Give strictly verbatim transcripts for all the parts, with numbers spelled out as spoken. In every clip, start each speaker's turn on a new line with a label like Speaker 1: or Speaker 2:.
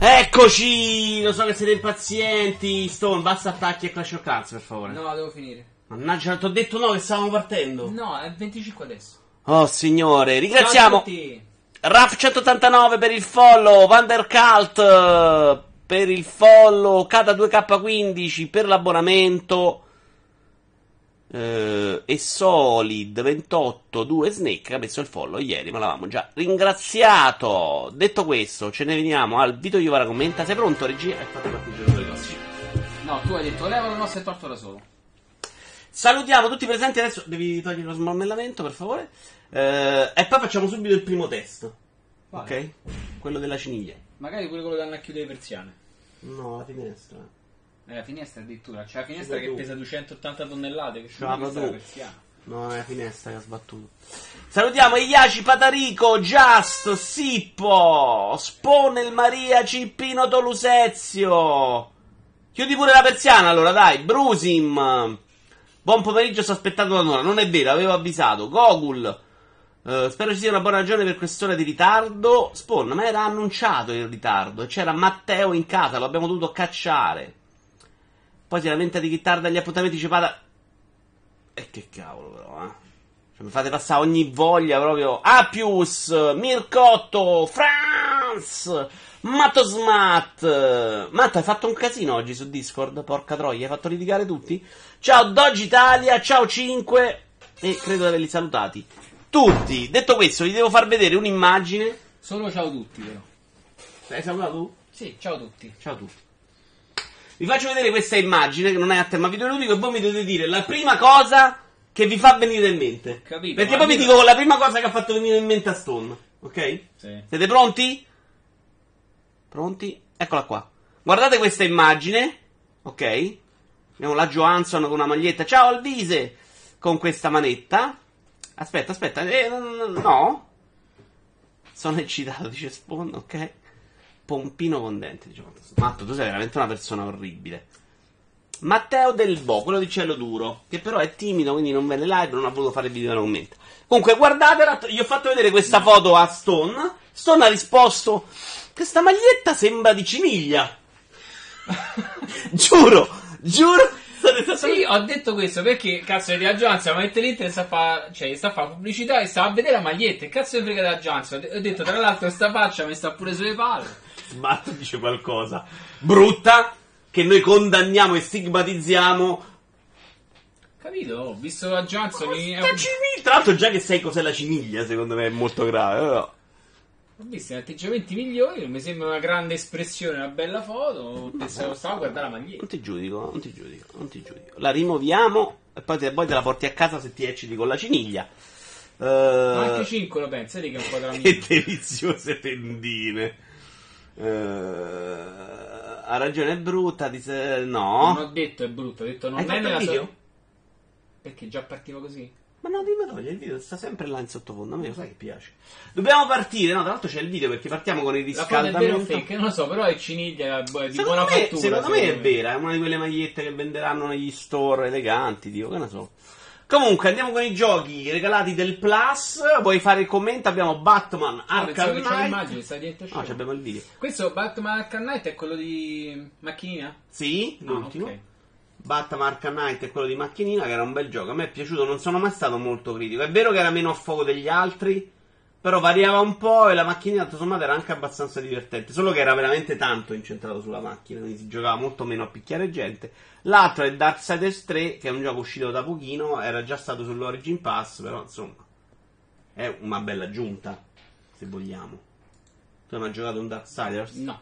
Speaker 1: Eccoci! Lo so che siete impazienti. Stone, basta attacchi e Clash of Clans, per favore.
Speaker 2: No, devo finire.
Speaker 1: Mannaggia, ti ho detto no, che stavamo partendo.
Speaker 2: No, è venticinque adesso.
Speaker 1: Oh, signore, ringraziamo
Speaker 2: Ciao a tutti.
Speaker 1: Raf centottantanove per il follow, Vanderkalt eh, per il follow, Kata due K quindici per l'abbonamento. Uh, e Solid ventotto due Snake che ha messo il follow ieri, ma l'avevamo già ringraziato. Detto questo, ce ne veniamo al Vito Iovara commenta. Sei pronto, regia? E fate partire il gioco delle cose.
Speaker 2: No, tu hai detto levalo, no, sei torto da solo.
Speaker 1: Salutiamo tutti i presenti. Adesso devi togliere lo smarmellamento, per favore. uh, E poi facciamo subito il primo test.
Speaker 2: Vale.
Speaker 1: Ok? Quello della ciniglia.
Speaker 2: Magari pure quello che danno a chiudere le persiane.
Speaker 1: No, la finestra.
Speaker 2: È la finestra addirittura. C'è la finestra
Speaker 1: Sì,
Speaker 2: che
Speaker 1: tu.
Speaker 2: pesa duecentottanta tonnellate. Che
Speaker 1: C'ha
Speaker 2: questa è
Speaker 1: tu.
Speaker 2: la persiana.
Speaker 1: No, è la finestra che ha sbattuto. Salutiamo Iaci, Patarico, Just, Sippo, Spawn, Maria, Cippino, Tolusezio. Chiudi pure la persiana allora, dai. Brusim. Buon pomeriggio, sto aspettando da un'ora. Non è vero, avevo avvisato. Gogul. Uh, spero ci sia una buona ragione per quest'ora di ritardo. Spawn, ma era annunciato il ritardo. C'era Matteo in casa, lo abbiamo dovuto cacciare. Poi si lamenta di chi tarda gli appuntamenti, ci pada. E che cavolo però, eh. Cioè, mi fate passare ogni voglia proprio. Apius, Mircotto, Franz, Matosmat. Matt, hai fatto un casino oggi su Discord, porca troia, hai fatto litigare tutti? Ciao Dodge Italia, ciao cinque. E credo di averli salutati tutti. Detto questo, vi devo far vedere un'immagine.
Speaker 2: Solo ciao a tutti, però.
Speaker 1: Hai salutato tu?
Speaker 2: Sì, ciao a tutti.
Speaker 1: Ciao a tutti. Vi faccio vedere questa immagine che non è a tema videoludico e voi mi dovete dire la prima cosa che vi fa venire in mente.
Speaker 2: Capito,
Speaker 1: Perché
Speaker 2: ma
Speaker 1: poi vi
Speaker 2: io-
Speaker 1: dico la prima cosa che ha fatto venire in mente a Stone. Ok?
Speaker 2: Sì.
Speaker 1: Siete pronti? Pronti? Eccola qua. Guardate questa immagine. Ok? Abbiamo la Johansson con una maglietta. Ciao Alvise! Con questa manetta. Aspetta, aspetta. Eh, no. Sono eccitato, dice Spawn. Ok. Pompino con denti, diciamo. Matto, tu sei veramente una persona orribile. Matteo Del Bo, quello di Cielo Duro, che però è timido, quindi non vede live, non ha voluto fare il video da commenta. Comunque, guardatela, gli ho fatto vedere questa foto a Stone. Stone ha risposto: questa maglietta sembra di ciniglia. Giuro, giuro.
Speaker 2: Sì, ho detto questo perché cazzo di Johansson, ma mette l'Inter sta a fa, cioè sta a fare pubblicità e sta a vedere la maglietta. E cazzo di frega da Johansson? Ho detto tra l'altro sta faccia mi sta pure sulle palle.
Speaker 1: Matt dice qualcosa brutta che noi condanniamo e stigmatizziamo.
Speaker 2: Capito? Ho visto la Johansson.
Speaker 1: Ma
Speaker 2: mi-
Speaker 1: sta ciniglia. Tra l'altro già che sai cos'è la ciniglia, secondo me è molto grave, però.
Speaker 2: Ho visto in atteggiamenti migliori, non mi sembra una grande espressione, una bella foto. Ho pensato, stavo a guardare la maglietta.
Speaker 1: Non ti giudico, non ti giudico, non ti giudico. La rimuoviamo e poi te, poi te la porti a casa se ti ecciti con la ciniglia. Uh,
Speaker 2: Ma anche cinque lo pensa, di che è un po' della mia.
Speaker 1: che deliziose tendine. Uh, ha ragione, è brutta. Ti se... No.
Speaker 2: Non ho detto è brutto, ho detto non
Speaker 1: Hai
Speaker 2: è
Speaker 1: fatto
Speaker 2: nella
Speaker 1: il video?
Speaker 2: sua... Perché già partiva così?
Speaker 1: Ma no, dimmi togli il video, sta sempre là in sottofondo. A me lo sai che piace. Dobbiamo partire, no? Tra l'altro c'è il video perché partiamo con il
Speaker 2: La foto è vera o
Speaker 1: riscaldamento.
Speaker 2: fake? Non lo so, però è ciniglia boh, è di
Speaker 1: Secondo
Speaker 2: buona
Speaker 1: me,
Speaker 2: fattura.
Speaker 1: secondo me è vera, è una di quelle magliette che venderanno negli store eleganti, Dio, che ne so. Comunque, andiamo con i giochi regalati del Plus. Vuoi fare il commento? Abbiamo Batman
Speaker 2: Ah, pensavo
Speaker 1: Arkham
Speaker 2: che c'è
Speaker 1: Knight.
Speaker 2: l'immagine, sta dietro
Speaker 1: No, abbiamo il video.
Speaker 2: Questo Batman Arkham Knight è quello di macchinina?
Speaker 1: Sì,
Speaker 2: Ah,
Speaker 1: l'ultimo.
Speaker 2: ok.
Speaker 1: Batman Arkham Knight è quello di macchinina, che era un bel gioco. A me è piaciuto, non sono mai stato molto critico. È vero che era meno a fuoco degli altri, però variava un po' e la macchinina tutto sommato era anche abbastanza divertente. Solo che era veramente tanto incentrato sulla macchina, quindi si giocava molto meno a picchiare gente. L'altro è Darksiders tre, che è un gioco uscito da pochino, era già stato sull'Origin Pass, però insomma è una bella aggiunta, se vogliamo. Tu hai mai giocato un Darksiders?
Speaker 2: No.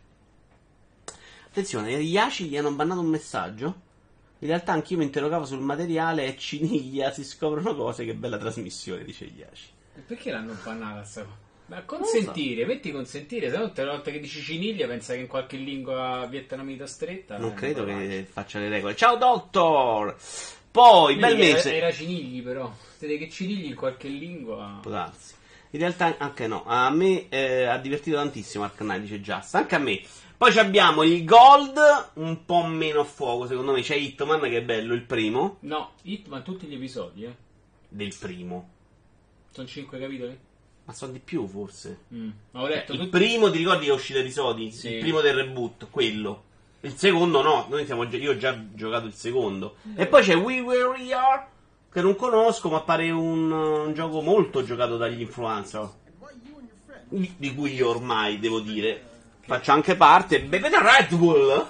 Speaker 1: Attenzione, gli Yashi gli hanno bannato un messaggio. In realtà anch'io mi interrogavo sul materiale e ciniglia, si scoprono cose, che bella trasmissione, dice Yashi.
Speaker 2: E perché l'hanno bannata sta cosa? Ma consentire, metti consentire, se no tutte le volte che dici ciniglia pensa che in qualche lingua vietnamita stretta.
Speaker 1: Non
Speaker 2: eh,
Speaker 1: credo
Speaker 2: non
Speaker 1: che faccia le regole. Ciao Doctor! Poi,
Speaker 2: Vedi
Speaker 1: bel
Speaker 2: che
Speaker 1: mese.
Speaker 2: Era, era cinigli però. Siete che cinigli in qualche lingua.
Speaker 1: Può darsi. In realtà anche no. A me eh, ha divertito tantissimo Arkham Knight, dice Just. Anche a me. Poi ci abbiamo il Gold, un po' meno a fuoco, secondo me. C'è Hitman, che è bello, il primo.
Speaker 2: No, Hitman tutti gli episodi, eh.
Speaker 1: Del primo.
Speaker 2: Sono cinque capitoli?
Speaker 1: Ma sono di più forse.
Speaker 2: Mm. Ho letto
Speaker 1: Il
Speaker 2: tutti-
Speaker 1: primo, ti ricordi che è uscito episodi?
Speaker 2: Sì.
Speaker 1: Il primo del reboot, quello. Il secondo no, noi siamo, gi- io ho già giocato il secondo. E poi c'è We Were We Are, che non conosco, ma pare un, un gioco molto giocato dagli influencer. Di di cui io ormai, devo dire, faccio anche parte. Bevete Red Bull!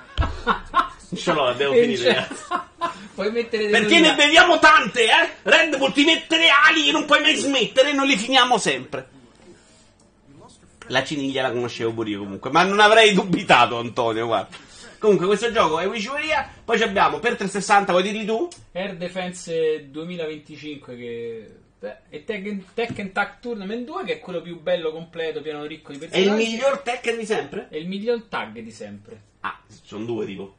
Speaker 1: Non ce l'ho, l'abbiamo
Speaker 2: E
Speaker 1: finito,
Speaker 2: c'è-
Speaker 1: ragazzi.
Speaker 2: Puoi mettere dei
Speaker 1: Perché ne
Speaker 2: novità.
Speaker 1: beviamo tante, eh? Red Bull ti mette le ali e non puoi mai smettere e non li finiamo sempre. La ciniglia la conoscevo pure io comunque, ma non avrei dubitato, Antonio, guarda. Comunque questo gioco è Wishuria, poi ci abbiamo per trecentosessanta, vuoi dirli tu?
Speaker 2: Air Defense duemilaventicinque che beh, e Tekken, Tekken Tag Tournament due che è quello più bello, completo, pieno ricco di
Speaker 1: È il
Speaker 2: personaggi.
Speaker 1: miglior Tekken di sempre?
Speaker 2: È il miglior tag di sempre.
Speaker 1: Ah, sono due tipo.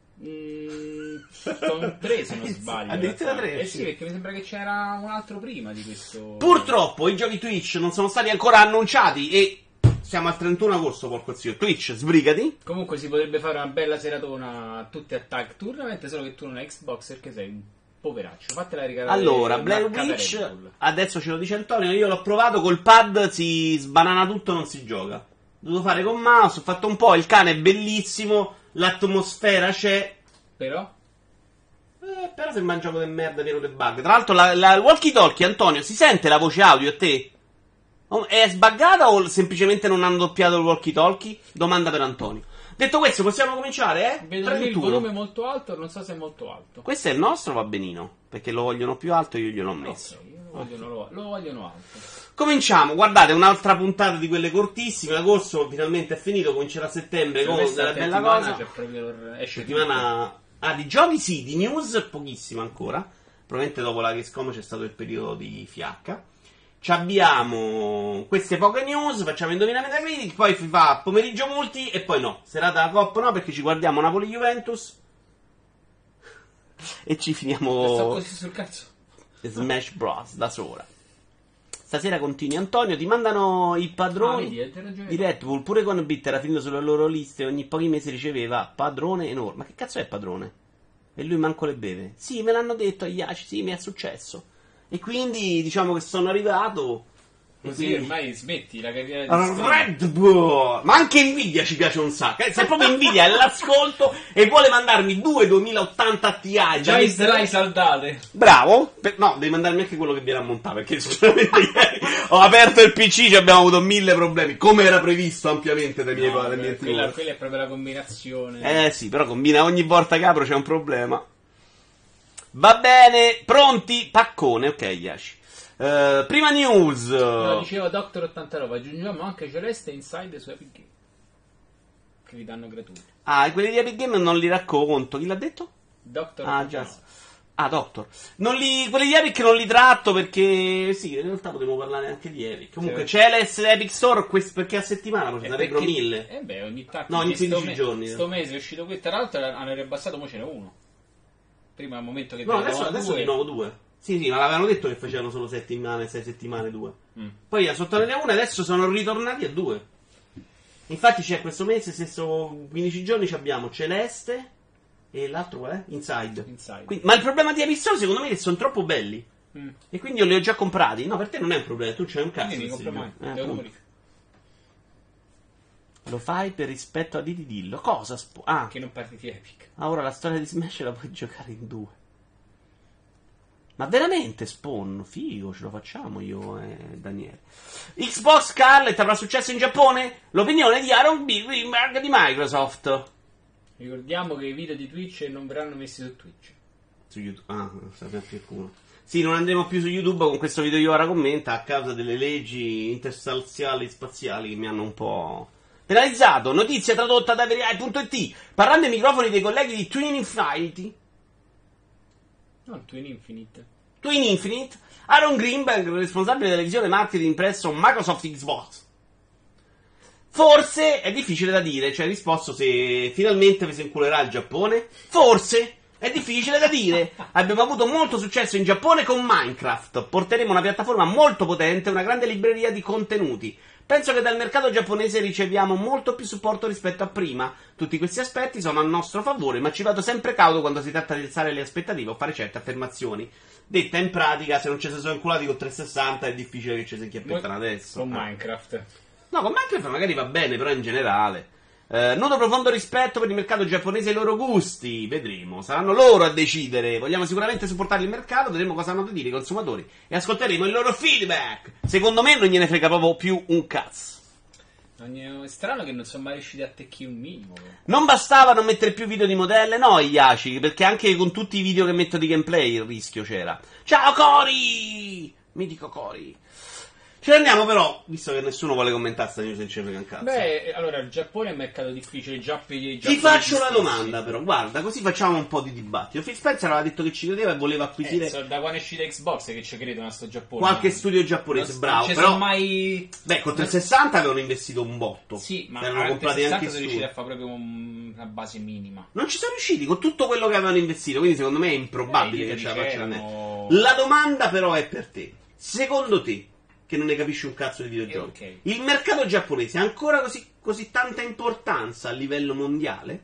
Speaker 2: Mm, sono tre se non sbaglio.
Speaker 1: Addirittura
Speaker 2: in realtà.
Speaker 1: tre,
Speaker 2: Eh
Speaker 1: sì.
Speaker 2: sì, perché mi sembra che c'era un altro prima di questo.
Speaker 1: Purtroppo i giochi Twitch non sono stati ancora annunciati e siamo al trentuno agosto, porco zio. Twitch, sbrigati.
Speaker 2: Comunque si potrebbe fare una bella seratona tutti a Tag Tournament, solo che tu non hai Xbox perché sei un poveraccio. Fatela ricaricare.
Speaker 1: Allora,
Speaker 2: una
Speaker 1: Blair
Speaker 2: marcata
Speaker 1: Witch,
Speaker 2: Red Bull.
Speaker 1: adesso ce lo dice Antonio, io l'ho provato col pad, si sbanana tutto, non si gioca. Ho dovuto fare con mouse, ho fatto un po', il cane è bellissimo, l'atmosfera c'è,
Speaker 2: Però
Speaker 1: eh, però sembra un gioco di merda pieno di bug. Tra l'altro la, la walkie talkie, Antonio, si sente la voce audio a te? O- È sbuggata o semplicemente non hanno doppiato il walkie talkie? Domanda per Antonio. Detto questo, possiamo cominciare, eh?
Speaker 2: vedo lì il
Speaker 1: trentuno.
Speaker 2: volume molto alto, non so se è molto alto.
Speaker 1: Questo è il nostro, va benino, perché lo vogliono più alto e io gliel'ho messo.
Speaker 2: Ok, lo vogliono, lo, lo vogliono alto.
Speaker 1: Cominciamo, guardate, un'altra puntata di quelle cortissime. Agosto finalmente è finito, comincerà a settembre con
Speaker 2: Questa
Speaker 1: della bella
Speaker 2: settimana
Speaker 1: cosa.
Speaker 2: c'è proprio esce
Speaker 1: Settimana. Ah, di giochi sì, di news pochissima ancora. Probabilmente dopo la Gamescom c'è stato il periodo di fiacca. Ci abbiamo queste poche news, facciamo indovinare Metacritic, poi si fa pomeriggio multi e poi no. Serata la Coppa no, perché ci guardiamo Napoli-Juventus e ci
Speaker 2: Sto
Speaker 1: finiamo
Speaker 2: così sul cazzo.
Speaker 1: Smash Bros. Da sola. Stasera continui, Antonio, ti mandano i padroni
Speaker 2: Ah, vedi, hai ragione.
Speaker 1: di Red Bull, pure con Bit era finito sulle loro liste, ogni pochi mesi riceveva padrone enorme. Ma che cazzo è padrone? E lui manco le beve. Sì, me l'hanno detto agli Iaci, sì, mi è successo. E quindi diciamo che sono arrivato. e
Speaker 2: Così
Speaker 1: quindi-
Speaker 2: ormai smetti la carriera di
Speaker 1: Allora,
Speaker 2: streamer.
Speaker 1: Red Bull! Ma anche Nvidia ci piace un sacco. Eh? Se proprio Nvidia è all'ascolto e vuole mandarmi due duemilaottanta Ti da
Speaker 2: Già
Speaker 1: mettere-
Speaker 2: Israel saldate.
Speaker 1: Bravo. Per- no, devi mandarmi anche quello che viene a montare. Perché sicuramente ieri ho aperto il P C e abbiamo avuto mille problemi. Come era previsto ampiamente dai miei,
Speaker 2: No,
Speaker 1: dai miei
Speaker 2: quella,
Speaker 1: team.
Speaker 2: quella è proprio la combinazione.
Speaker 1: Eh sì, però combina ogni volta che apro c'è un problema. Va bene, pronti? Paccone, ok, Yashi. Eh, prima news.
Speaker 2: No, diceva Doctor ottantanove, aggiungiamo anche Celeste e Inside su Epic Game. Che li danno gratuiti.
Speaker 1: Ah, e quelli di Epic Game non li racconto. Chi l'ha detto?
Speaker 2: Doctor
Speaker 1: Ah,
Speaker 2: ottantanove.
Speaker 1: già. Ah, Doctor. Non li, quelli di Epic non li tratto perché sì, in realtà potremmo parlare anche di Epic. Comunque
Speaker 2: Sì.
Speaker 1: c'è l'S Epic Store quest- perché a settimana poi ci
Speaker 2: Eh,
Speaker 1: sarebbero
Speaker 2: perché-
Speaker 1: mille.
Speaker 2: Eh beh, ogni tanto.
Speaker 1: No, ogni
Speaker 2: sto
Speaker 1: quindici
Speaker 2: me-
Speaker 1: giorni.
Speaker 2: Sto mese è uscito qui. Tra l'altro hanno ribassato, mo ce n'è uno. Prima al momento che
Speaker 1: No,
Speaker 2: ne
Speaker 1: adesso,
Speaker 2: davano
Speaker 1: adesso
Speaker 2: due.
Speaker 1: di nuovo due. Sì, sì, ma l'avevano detto che facevano solo settimane, sei settimane, due.
Speaker 2: Mm.
Speaker 1: Poi a sottolinea una, adesso sono ritornati a due. Infatti c'è questo mese, stesso quindici giorni, ci abbiamo Celeste e l'altro qual è? Inside.
Speaker 2: Inside.
Speaker 1: Quindi- ma il problema di Epic Store secondo me è che sono troppo belli.
Speaker 2: Mm.
Speaker 1: E quindi io li ho già comprati. No, per te non è un problema, tu c'hai un cazzo.
Speaker 2: Quindi li
Speaker 1: questi
Speaker 2: compro mai.
Speaker 1: giochi. Eh,
Speaker 2: Devo
Speaker 1: appunto.
Speaker 2: morire.
Speaker 1: Lo fai per rispetto a Didi Dillo. Cosa? Spo- ah,
Speaker 2: Che non parti di Epic.
Speaker 1: ah, ora la storia di Smash la puoi giocare in due. Ma veramente Spawn? Figo, ce lo facciamo io e Daniele. Xbox Scarlet avrà successo in Giappone? L'opinione di Aaron B. Greenberg di Microsoft.
Speaker 2: Ricordiamo che i video di Twitch non verranno messi su Twitch.
Speaker 1: Su YouTube. Ah, non sappiamo più il culo. Sì, non andremo più su YouTube con questo video io ora commenta a causa delle leggi interstellari spaziali che mi hanno un po' penalizzato. Notizia tradotta da Verai punto it. Parlando ai microfoni dei colleghi di Twin Infinity.
Speaker 2: Non Twin Infinite.
Speaker 1: Twin Infinite, Aaron Greenberg, responsabile della visione marketing presso Microsoft Xbox. Forse è difficile da dire, ci ha risposto se finalmente vi si inculerà il Giappone. Forse è difficile da dire. Abbiamo avuto molto successo in Giappone con Minecraft. Porteremo una piattaforma molto potente e una grande libreria di contenuti. Penso che dal mercato giapponese riceviamo molto più supporto rispetto a prima. Tutti questi aspetti sono a nostro favore, ma ci vado sempre cauto quando si tratta di alzare le aspettative o fare certe affermazioni. Detta in pratica, se non ci si sono inculati con trecentosessanta è difficile che ci si inchiappettano adesso.
Speaker 2: Con
Speaker 1: Eh.
Speaker 2: Minecraft.
Speaker 1: No, con Minecraft magari va bene, però in generale. Eh, noto profondo rispetto per il mercato giapponese e i loro gusti. Vedremo, saranno loro a decidere. Vogliamo sicuramente supportare il mercato, vedremo cosa hanno da dire i consumatori e ascolteremo il loro feedback. Secondo me non gliene frega proprio più un cazzo.
Speaker 2: È strano che non sono mai riusciti a attecchire un minimo.
Speaker 1: Non bastava non mettere più video di modelle? No, Iaci, perché anche con tutti i video che metto di gameplay il rischio c'era. Ciao Cori! Mitico Cori. Ce ne andiamo però, visto che nessuno vuole commentare sta news e ce ne frega un cazzo.
Speaker 2: Beh, allora il Giappone è un mercato difficile, già per i
Speaker 1: Ti faccio una domanda però, guarda, così facciamo un po' di dibattito. Phil Spencer aveva detto che ci credeva e voleva acquisire
Speaker 2: eh, so, da quando è uscita Xbox che ci credono a sto Giappone.
Speaker 1: qualche
Speaker 2: ma...
Speaker 1: studio giapponese,
Speaker 2: non,
Speaker 1: bravo.
Speaker 2: non ci
Speaker 1: però,
Speaker 2: sono mai...
Speaker 1: beh, con trecentosessanta avevano investito un botto.
Speaker 2: Sì, ma
Speaker 1: erano comprati anche
Speaker 2: sono
Speaker 1: studi.
Speaker 2: riusciti a fare proprio un- una base minima.
Speaker 1: Non ci sono riusciti con tutto quello che avevano investito, quindi secondo me è improbabile
Speaker 2: Eh,
Speaker 1: che
Speaker 2: io
Speaker 1: ce la
Speaker 2: te
Speaker 1: facciano.
Speaker 2: dicevo-
Speaker 1: La domanda però è per te. Secondo te, che non ne capisci un cazzo di videogiochi,
Speaker 2: Eh, ok.
Speaker 1: il mercato giapponese ha ancora così, così tanta importanza a livello mondiale?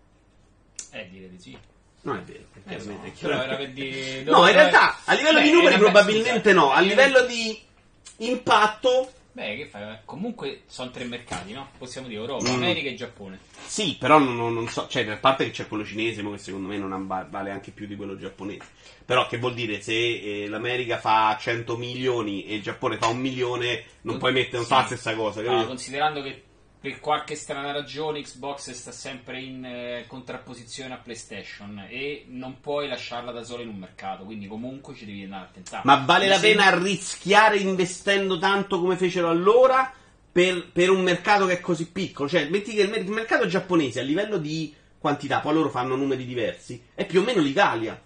Speaker 2: Eh, direi di sì.
Speaker 1: Non è vero,
Speaker 2: Eh, so,
Speaker 1: chiaramente.
Speaker 2: però era per dire-
Speaker 1: No,
Speaker 2: dove-
Speaker 1: in realtà a livello
Speaker 2: Beh,
Speaker 1: di numeri
Speaker 2: eh, vabbè,
Speaker 1: probabilmente
Speaker 2: scusa,
Speaker 1: no, a
Speaker 2: eh,
Speaker 1: livello di impatto
Speaker 2: Beh, che fai? Comunque sono tre mercati, no? Possiamo dire Europa,
Speaker 1: Mm.
Speaker 2: America e Giappone.
Speaker 1: sì, però non, non- non so, cioè a parte che c'è quello cinese, ma che secondo me non ha- vale anche più di quello giapponese. Però che vuol dire se eh, l'America fa cento milioni e il Giappone fa un milione, non puoi mettere, non
Speaker 2: Sì.
Speaker 1: fa la stessa cosa,
Speaker 2: Allora,
Speaker 1: capito?
Speaker 2: considerando che per qualche strana ragione Xbox sta sempre in eh, contrapposizione a PlayStation e non puoi lasciarla da sola in un mercato, quindi comunque ci devi andare a tentare.
Speaker 1: Ma vale
Speaker 2: Mi
Speaker 1: la
Speaker 2: sembra-
Speaker 1: pena rischiare investendo tanto come fecero allora per, per un mercato che è così piccolo? Cioè, metti che il, mer- il mercato giapponese a livello di quantità, poi loro fanno numeri diversi, è più o meno l'Italia.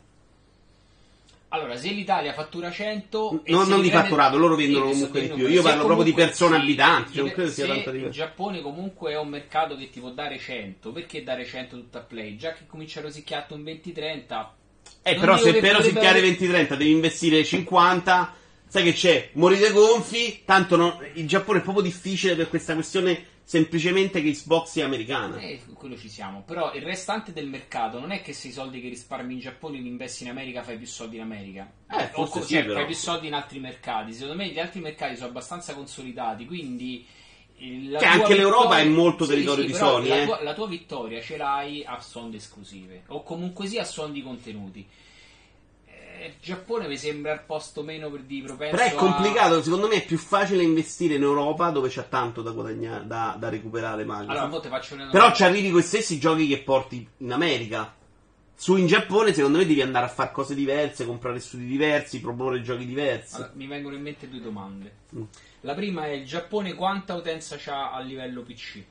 Speaker 2: Allora, se l'Italia fattura cento... e
Speaker 1: Non-
Speaker 2: se
Speaker 1: non
Speaker 2: li
Speaker 1: di
Speaker 2: prende-
Speaker 1: fatturato, loro vendono
Speaker 2: Sì,
Speaker 1: comunque
Speaker 2: so
Speaker 1: di
Speaker 2: dei
Speaker 1: più.
Speaker 2: numeri.
Speaker 1: Io
Speaker 2: Se
Speaker 1: parlo proprio di
Speaker 2: comunque-
Speaker 1: persone
Speaker 2: sì,
Speaker 1: abitanti, cioè non
Speaker 2: se-
Speaker 1: credo sia
Speaker 2: se
Speaker 1: tanto
Speaker 2: il
Speaker 1: diverso.
Speaker 2: Giappone comunque è un mercato che ti può dare cento, perché dare cento tutto a play? Già che comincia a rosicchiare un venti trenta...
Speaker 1: Eh,
Speaker 2: non
Speaker 1: però
Speaker 2: dico
Speaker 1: se
Speaker 2: che
Speaker 1: per
Speaker 2: potrebbe
Speaker 1: rosicchiare
Speaker 2: avere-
Speaker 1: venti trenta devi investire cinquanta, sai che c'è? Morite gonfi, tanto non- il Giappone è proprio difficile per questa questione semplicemente che Xbox è americana.
Speaker 2: Eh, quello ci siamo. Però il restante del mercato non è che se i soldi che risparmi in Giappone li investi in America fai più soldi in America.
Speaker 1: Eh,
Speaker 2: o
Speaker 1: forse
Speaker 2: co-
Speaker 1: sì,
Speaker 2: cioè,
Speaker 1: però.
Speaker 2: fai più soldi in altri mercati. Secondo me gli altri mercati sono abbastanza consolidati, quindi eh, la
Speaker 1: Che
Speaker 2: tua
Speaker 1: anche l'Europa
Speaker 2: vittoria-
Speaker 1: è molto
Speaker 2: Sì,
Speaker 1: territorio
Speaker 2: sì,
Speaker 1: di
Speaker 2: però
Speaker 1: Sony,
Speaker 2: la
Speaker 1: eh.
Speaker 2: tua, la tua vittoria ce l'hai a sonde esclusive o comunque sia a sonde contenuti. Eh, Il Giappone mi sembra il posto meno per di propenso
Speaker 1: Però è
Speaker 2: a-
Speaker 1: complicato, secondo me è più facile investire in Europa dove c'è tanto da guadagnare, da, da recuperare Microsoft.
Speaker 2: Allora, mo te faccio una
Speaker 1: Però ci arrivi con i stessi giochi che porti in America. Su in Giappone secondo me devi andare a fare cose diverse, comprare studi diversi, proporre giochi diversi.
Speaker 2: Allora, mi vengono in mente due domande.
Speaker 1: Mm.
Speaker 2: La prima è: il Giappone quanta utenza c'ha a livello P C?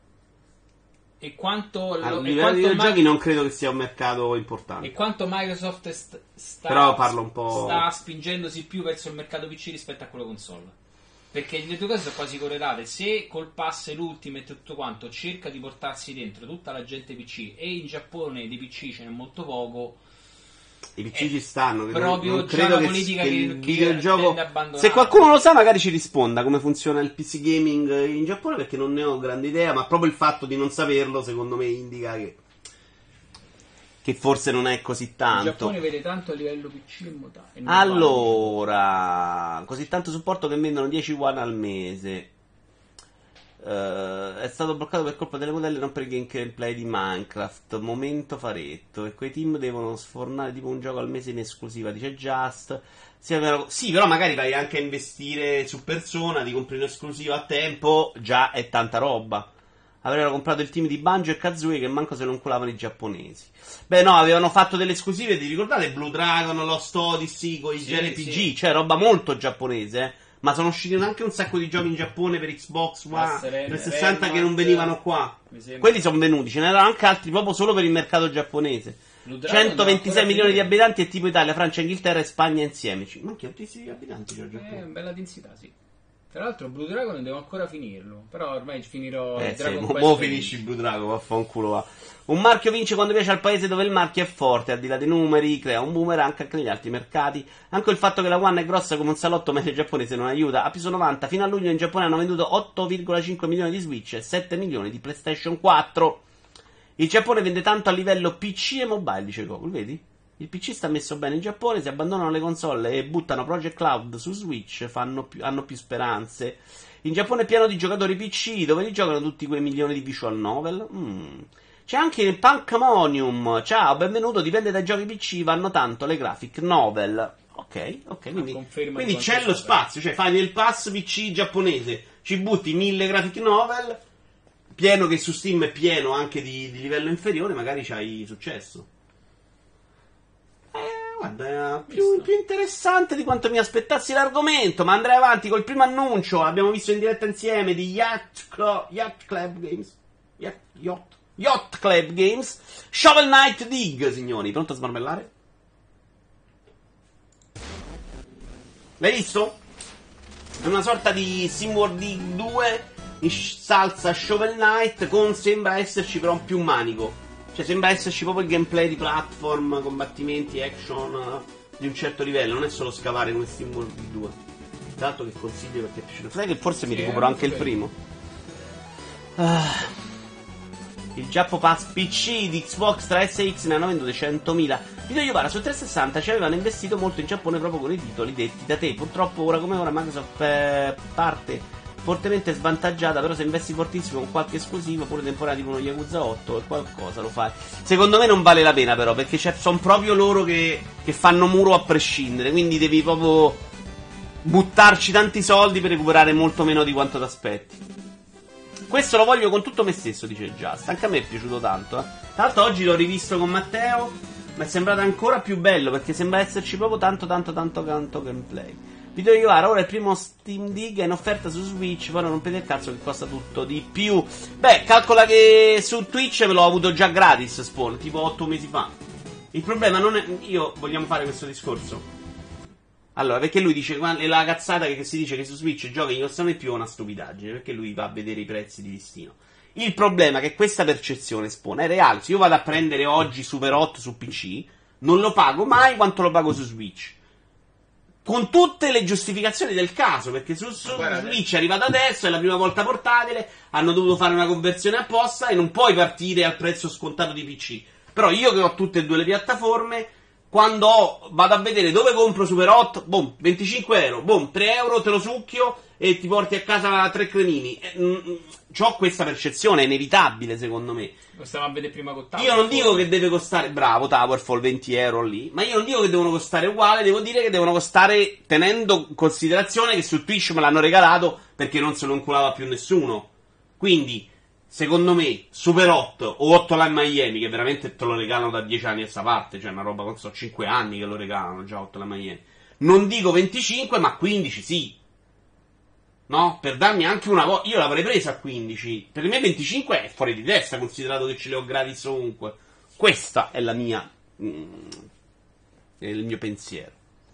Speaker 2: E quanto,
Speaker 1: A
Speaker 2: lo- e
Speaker 1: livello
Speaker 2: quanto
Speaker 1: di
Speaker 2: Ma-
Speaker 1: videogiochi non credo che sia un mercato importante.
Speaker 2: e quanto Microsoft st- sta,
Speaker 1: Però parlo un po'-
Speaker 2: sta spingendosi più verso il mercato P C rispetto a quello console? Perché le due cose sono quasi correlate. Se col pass e l'Ultimate e tutto quanto cerca di portarsi dentro tutta la gente P C e in Giappone di P C ce n'è molto poco,
Speaker 1: I P C ci stanno, che non-
Speaker 2: proprio
Speaker 1: non
Speaker 2: già
Speaker 1: credo
Speaker 2: una
Speaker 1: che,
Speaker 2: politica
Speaker 1: che
Speaker 2: che-
Speaker 1: il
Speaker 2: che
Speaker 1: videogioco.
Speaker 2: tende a abbandonare.
Speaker 1: Se qualcuno lo sa, magari ci risponda come funziona il P C gaming in Giappone, perché non ne ho grande idea, ma proprio il fatto di non saperlo, secondo me, indica che, che forse non è così
Speaker 2: il
Speaker 1: tanto.
Speaker 2: Giappone vede tanto a livello P C e mota- e non
Speaker 1: Allora, così tanto supporto che vendono dieci yuan al mese. Eh, è stato bloccato per colpa delle modelle, non per il gameplay di Minecraft. Momento faretto. E quei team devono sfornare tipo un gioco al mese in esclusiva, dice Just. Sì, però, sì, però magari vai anche a investire su Persona, ti compri un'esclusiva a tempo, già è tanta roba. Avrebbero comprato il team di Banjo e Kazooie che manco se non culavano i giapponesi. Beh no, avevano fatto delle esclusive, ti ricordate? Blue Dragon, Lost Odyssey, con i
Speaker 2: Sì,
Speaker 1: J R P G,
Speaker 2: sì.
Speaker 1: cioè roba molto giapponese, eh. Ma sono usciti anche un sacco di giochi in Giappone per Xbox One,
Speaker 2: Master Ren-
Speaker 1: trecentosessanta che
Speaker 2: Renmart,
Speaker 1: non venivano qua.
Speaker 2: mi sembra.
Speaker 1: Quelli sono venuti, ce n'erano anche altri proprio solo per il mercato giapponese.
Speaker 2: Blue Dragon
Speaker 1: centoventisei
Speaker 2: deve
Speaker 1: milioni di
Speaker 2: ancora
Speaker 1: abitanti è tipo Italia, Francia, Inghilterra e Spagna insieme. Ma che altissimi abitanti c'è il
Speaker 2: finire.
Speaker 1: Giappone?
Speaker 2: Eh, bella densità, sì. Tra l'altro Blue Dragon devo ancora finirlo, però ormai finirò
Speaker 1: Eh
Speaker 2: il
Speaker 1: sì,
Speaker 2: Dragon
Speaker 1: mo,
Speaker 2: Quest
Speaker 1: mo
Speaker 2: venti.
Speaker 1: finisci il Blue Dragon, vaffanculo va. Un marchio vince quando piace al paese dove il marchio è forte, al di là dei numeri, crea un boomerang anche negli altri mercati. Anche il fatto che la One è grossa come un salotto medio giapponese non aiuta. A più novanta, fino a luglio in Giappone hanno venduto otto virgola cinque milioni di Switch e sette milioni di PlayStation quattro. Il Giappone vende tanto a livello P C e mobile, dice Google, vedi? Il P C sta messo bene in Giappone, se abbandonano le console e buttano Project Cloud su Switch fanno più, hanno più speranze. In Giappone è pieno di giocatori P C, dove li giocano tutti quei milioni di visual novel. Mm. C'è anche il Pancamonium. Ciao, benvenuto, dipende dai giochi P C, vanno tanto le graphic novel. Ok, ok, quindi, quindi c'è lo spazio, cioè fai nel pass P C giapponese, ci butti mille graphic novel, pieno che su Steam è pieno anche di, di livello inferiore, magari c'hai successo. Eh, guarda, è più, più interessante di quanto mi aspettassi l'argomento, ma andrei avanti col primo annuncio, l'abbiamo visto in diretta insieme, di Yacht, Clo- Yacht Club Games. Yacht, Yacht, Yacht Club Games. Shovel Knight Dig, signori, pronto a smarmellare? L'hai visto? È una sorta di SimWorld Dig due in salsa Shovel Knight con, sembra esserci però un più manico. Cioè sembra esserci proprio il gameplay di platform, combattimenti, action uh, di un certo livello. Non è solo scavare come SimWorld Dig due. Tra l'altro che consiglio perché è piaciuto. Sai che forse mi recupero anche il primo. Ah. Il Giappo Pass P C di Xbox tre S X ne hanno vendute centomila. Video Yovara su trecentosessanta ci avevano investito molto in Giappone proprio con i titoli detti da te. Purtroppo ora come ora Microsoft eh, parte fortemente svantaggiata, però se investi fortissimo con qualche esclusivo pure temporaneo tipo uno Yakuza otto e qualcosa lo fai. Secondo me non vale la pena però, perché sono proprio loro che, che fanno muro a prescindere, quindi devi proprio buttarci tanti soldi per recuperare molto meno di quanto ti aspetti. Questo lo voglio con tutto me stesso, dice Just. Anche a me è piaciuto tanto, eh. Tra l'altro oggi l'ho rivisto con Matteo, ma è sembrato ancora più bello, perché sembra esserci proprio tanto tanto tanto tanto gameplay. Video Iovara, ora il primo Steam Dig è in offerta su Switch, poi non rompete il cazzo che costa tutto di più. Beh, calcola che su Twitch ve l'ho avuto già gratis, Spawn, tipo otto mesi fa. Il problema non è... Io vogliamo fare questo discorso. Allora, perché lui dice, è la cazzata che si dice che su Switch giochi non costano più, è una stupidaggine, perché lui va a vedere i prezzi di listino. Il problema è che questa percezione, Spawn, è reale. Se io vado a prendere oggi Super otto su P C, non lo pago mai quanto lo pago su Switch. Con tutte le giustificazioni del caso, perché su, su Switch è arrivato adesso, è la prima volta portatile, hanno dovuto fare una conversione apposta e non puoi partire al prezzo scontato di P C. Però io che ho tutte e due le piattaforme, quando ho, vado a vedere dove compro Super otto, boom, venticinque euro, boom, tre euro te lo succhio e ti porti a casa tre cremini. Eh, mm, c'ho questa percezione, è inevitabile secondo me.
Speaker 2: Lo stavamo a vedere prima con Towerfall.
Speaker 1: Io non dico che deve costare, bravo, Towerfall venti euro lì, ma io non dico che devono costare uguale, devo dire che devono costare tenendo in considerazione che su Twitch me l'hanno regalato perché non se lo inculava più nessuno. Quindi, secondo me, Super otto o otto Line Miami, che veramente te lo regalano da dieci anni a sta parte, cioè una roba, non so, cinque anni che lo regalano già otto Line Miami. Non dico venticinque, ma quindici sì. No? Per darmi anche una volta. Io l'avrei presa a quindici. Per me venticinque è fuori di testa, considerato che ce le ho gratis ovunque. Questa è la mia. Mm, è il mio pensiero.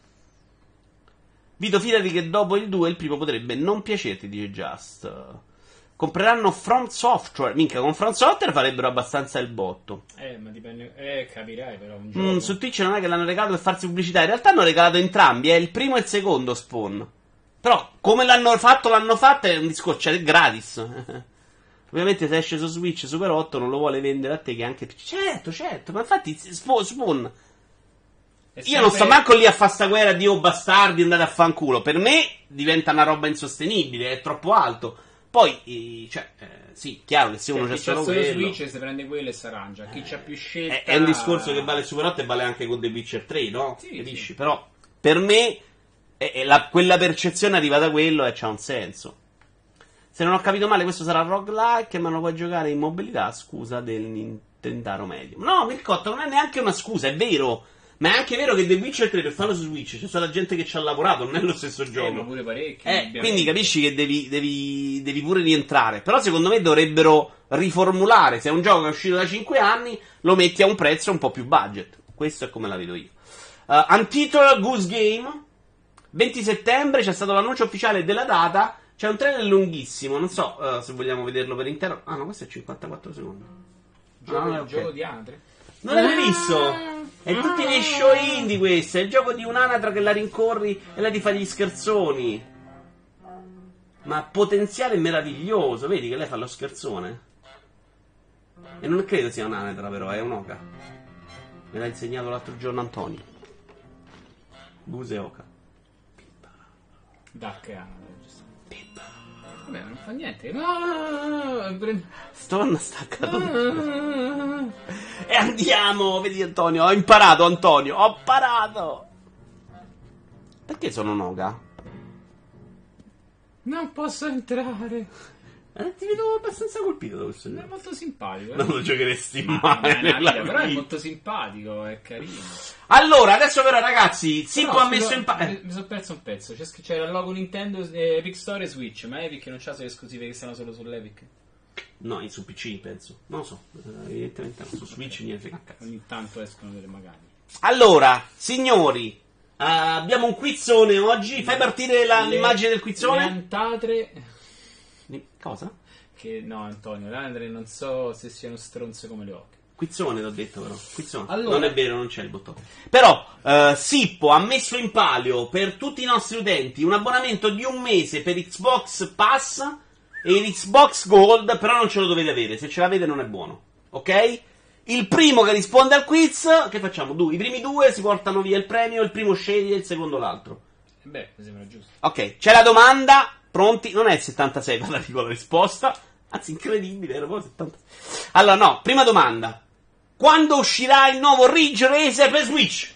Speaker 1: Vito, fidati che dopo il due il primo potrebbe non piacerti, dice Just. Compreranno From Software. Minchia, con From Software farebbero abbastanza il botto.
Speaker 2: Eh, ma dipende. Eh, capirai però. Un gioco.
Speaker 1: Mm, su Twitch non è che l'hanno regalato per farsi pubblicità. In realtà hanno regalato entrambi, è eh, il primo e il secondo Spawn. Però, come l'hanno fatto, l'hanno fatto, è un discorso, cioè, è gratis. Ovviamente se esce su Switch Super otto non lo vuole vendere a te, che anche... Certo, certo, ma infatti, Spawn... Spawn io sempre... non sto manco lì a fare sta guerra di oh bastardi, andate a fanculo. Per me diventa una roba insostenibile, è troppo alto. Poi, cioè, eh, sì, chiaro che se uno c'è solo quello...
Speaker 2: Switch si prende quello e si arrangia. Chi eh, c'ha più scelta...
Speaker 1: È, è un discorso che vale Super otto e vale anche con The Witcher tre, no?
Speaker 2: Sì,
Speaker 1: capisci?
Speaker 2: Sì.
Speaker 1: Però, per me... E la, quella percezione arriva da quello e c'ha un senso. Se non ho capito male, questo sarà roguelike, ma lo puoi giocare in mobilità, scusa del Nintendaro Medium. No, Mircotto, non è neanche una scusa, è vero. Ma è anche vero che The Witcher tre per farlo su Switch c'è stata gente che ci ha lavorato, non è lo stesso gioco.
Speaker 2: Eh, ma pure parecchi.
Speaker 1: Eh, quindi capisci che devi, devi, devi pure rientrare. Però secondo me dovrebbero riformulare. Se è un gioco che è uscito da cinque anni, lo metti a un prezzo un po' più budget. Questo è come la vedo io. Uh, Untitled Goose Game. venti settembre c'è stato l'annuncio ufficiale della data. C'è un trailer lunghissimo. Non so uh, se vogliamo vederlo per intero. Ah no, questo è cinquantaquattro secondi.
Speaker 2: Gioco,
Speaker 1: ah,
Speaker 2: okay.
Speaker 1: okay.
Speaker 2: Gioco di anatre.
Speaker 1: Non l'hai visto? È tutti nei show indie questo. È il gioco di un'anatra che la rincorri e lei ti fa gli scherzoni. Ma potenziale meraviglioso. Vedi che lei fa lo scherzone? E non credo sia un'anatra però, è un'oca. Me l'ha insegnato l'altro giorno Antonio. Guse Oka.
Speaker 2: Dark Ana.
Speaker 1: Pippa.
Speaker 2: Vabbè, non fa niente. No, prend-
Speaker 1: Stone sta cadendo. E andiamo, vedi Antonio, ho imparato Antonio, ho imparato. Perché sono Noga?
Speaker 2: Non posso entrare.
Speaker 1: Eh, ti vedo abbastanza colpito da questo
Speaker 2: È
Speaker 1: gioco.
Speaker 2: molto simpatico. Eh?
Speaker 1: Non lo giocheresti
Speaker 2: Ma
Speaker 1: mai
Speaker 2: vabbè,
Speaker 1: nella
Speaker 2: Nadia, però è
Speaker 1: vita.
Speaker 2: molto simpatico, è carino.
Speaker 1: Allora, adesso però ragazzi, Sippo
Speaker 2: Però,
Speaker 1: ha messo
Speaker 2: scusa,
Speaker 1: in pa-
Speaker 2: Mi, mi sono perso un pezzo. C'è, scr- c'era il logo Nintendo, eh, Epic Store e Switch. Ma Epic non c'ha solo esclusive che stanno solo sull'Epic.
Speaker 1: No, su P C penso. Non lo so, eh, evidentemente no. Su Switch niente frega un cazzo.
Speaker 2: Ogni tanto escono delle magari.
Speaker 1: Allora, signori, eh, abbiamo un quizzone oggi. Fai partire la-
Speaker 2: Le-
Speaker 1: l'immagine del
Speaker 2: Le
Speaker 1: quizzone.
Speaker 2: antatre.
Speaker 1: Cosa?
Speaker 2: Che no, Antonio, le andre non so se siano stronze come le ocche.
Speaker 1: Quizzone, t'ho detto però. Quizzone.
Speaker 2: Allora-
Speaker 1: Non è vero, non c'è il bottone. Però, eh, Sippo ha messo in palio per tutti i nostri utenti un abbonamento di un mese per Xbox Pass e Xbox Gold, però non ce lo dovete avere. Se ce l'avete non è buono. Ok? Il primo che risponde al quiz, che facciamo? Due. I primi due si portano via il premio, il primo sceglie, il secondo l'altro.
Speaker 2: E beh, mi sembra giusto.
Speaker 1: Ok, c'è la domanda. Pronti? Non è il settantasei per la la risposta. Anzi, incredibile, era proprio settantasei. Allora, no, prima domanda. Quando uscirà il nuovo Ridge Racer per Switch?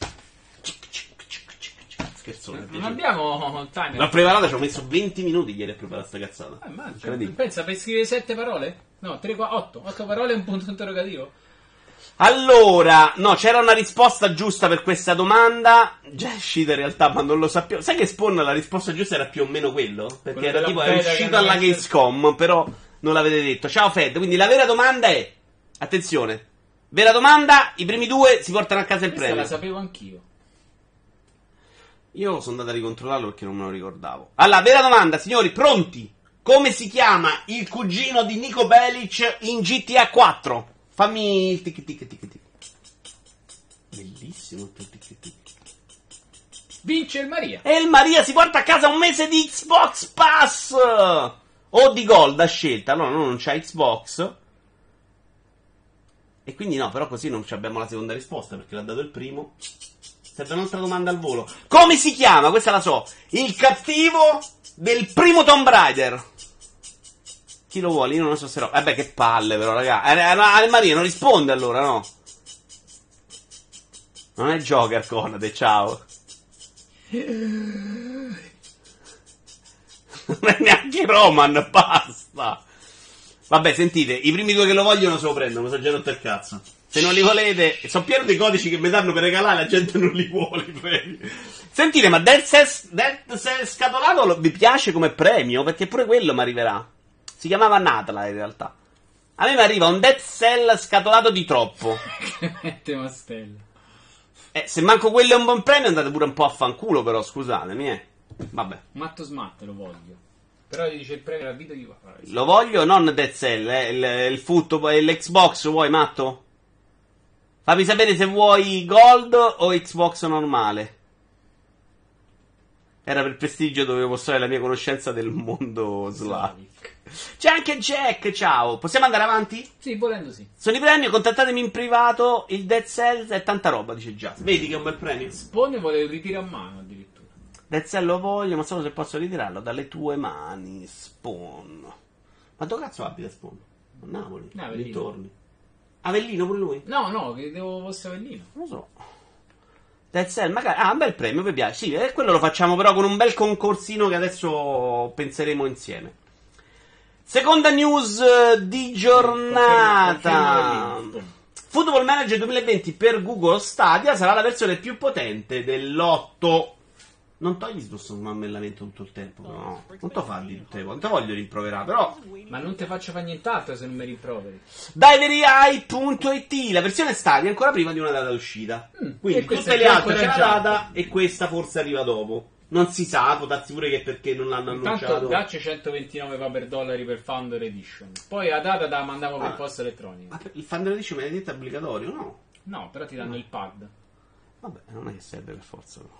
Speaker 1: Scherzone.
Speaker 2: Non abbiamo un timer.
Speaker 1: L'ho preparata, ci ho messo venti minuti ieri a preparare sta cazzata.
Speaker 2: Eh, ma
Speaker 1: Incredibile.
Speaker 2: pensa per scrivere sette parole? No, tre, quattro, otto. otto parole e un punto interrogativo.
Speaker 1: Allora, no, c'era una risposta giusta per questa domanda. Già è uscita in realtà, ma non lo sappiamo. Sai che Spawn la risposta giusta era più o meno quello? Perché
Speaker 2: Quello
Speaker 1: era
Speaker 2: della
Speaker 1: tipo, è
Speaker 2: beta
Speaker 1: uscito
Speaker 2: che
Speaker 1: alla
Speaker 2: non-
Speaker 1: Gamescom, però non l'avete detto. Ciao Fed, quindi la vera domanda è... Attenzione. Vera domanda, i primi due si portano a casa il
Speaker 2: Questa
Speaker 1: premio.
Speaker 2: la sapevo anch'io.
Speaker 1: Io sono andato a ricontrollarlo perché non me lo ricordavo. Allora, vera domanda, signori, pronti? Come si chiama il cugino di Nico Bellic in G T A quattro? Fammi il tic tic tic tic. Bellissimo il tic tic.
Speaker 2: Vince il Maria.
Speaker 1: E il Maria si porta a casa un mese di Xbox Pass! O di Gold a scelta. Allora, no, non c'ha Xbox. E quindi no, però così non abbiamo la seconda risposta perché l'ha dato il primo. Serve un'altra domanda al volo. Come si chiama? Questa la so. Il cattivo del primo Tomb Raider. Chi lo vuole? Io non lo so se no. Vabbè, che palle però, raga. Eh, eh, Maria non risponde allora, no? Non è Joker, Conate, ciao. Non è neanche Roman, basta. Vabbè, sentite, i primi due che lo vogliono se lo prendono, mi sono già rotto il cazzo. Se non li volete, sono pieno dei codici che mi danno per regalare, la gente non li vuole i premi. Sentite, ma Dead Cells, Dead Cells scatolato lo- vi piace come premio? Perché pure quello mi arriverà. Si chiamava Natla in realtà. A me mi arriva un Dead Cell scatolato di troppo.
Speaker 2: Mette Mastella.
Speaker 1: Eh, se manco quello è un buon premio andate pure un po' a fanculo però, scusatemi, eh. Vabbè.
Speaker 2: Matto Smatt lo voglio. Però gli dice il premio al video di qua.
Speaker 1: Lo voglio, non Dead Cell, eh. Il, il football, l'Xbox vuoi, Matto? Fammi sapere se vuoi Gold o Xbox normale. Era per prestigio, dovevo mostrare la mia conoscenza del mondo Slavic. C'è anche Jack, ciao. Possiamo andare avanti?
Speaker 2: Sì, volendo sì.
Speaker 1: Sono i premi, contattatemi in privato. Il Dead Cells è tanta roba, dice Jazz. Vedi che è un bel premio?
Speaker 2: Spawn volevo ritirare a mano addirittura.
Speaker 1: Dead Cell lo voglio, ma solo se posso ritirarlo dalle tue mani, Spawn. Ma dove cazzo abita Spawn? A Napoli?
Speaker 2: No, Avellino.
Speaker 1: Dintorni. Avellino pure lui?
Speaker 2: No, no, credevo fosse Avellino.
Speaker 1: Non lo so. Dead Cell, magari... Ah, un bel premio, mi piace. Sì, e quello lo facciamo però con un bel concorsino che adesso penseremo insieme. Seconda news eh, di giornata.
Speaker 2: Confermo,
Speaker 1: Football Manager duemilaventi per Google Stadia sarà la versione più potente dell'otto. Non togli questo mammellamento tutto il tempo, no. Non te farli tutte le volte. Non te voglio rimproverare, però.
Speaker 2: Ma non ti faccio fare nient'altro se non mi rimproveri.
Speaker 1: Diverai punto it, la versione Stadia è ancora prima di una data d'uscita.
Speaker 2: Mm,
Speaker 1: Quindi
Speaker 2: e questa
Speaker 1: tutte
Speaker 2: è
Speaker 1: le
Speaker 2: più
Speaker 1: altre c'è la
Speaker 2: incoraggiante.
Speaker 1: data e questa forse arriva dopo. Non si sa, può darsi pure che perché non l'hanno
Speaker 2: Intanto
Speaker 1: annunciato.
Speaker 2: dacci centoventinove paper dollari per Founder Edition. Poi la data la mandiamo per
Speaker 1: Ah.
Speaker 2: posta elettronica.
Speaker 1: Ma per- il Thunder Edition me l'hai detto è obbligatorio, no?
Speaker 2: No, però ti danno il pad.
Speaker 1: Vabbè, non è che serve per forza. Però.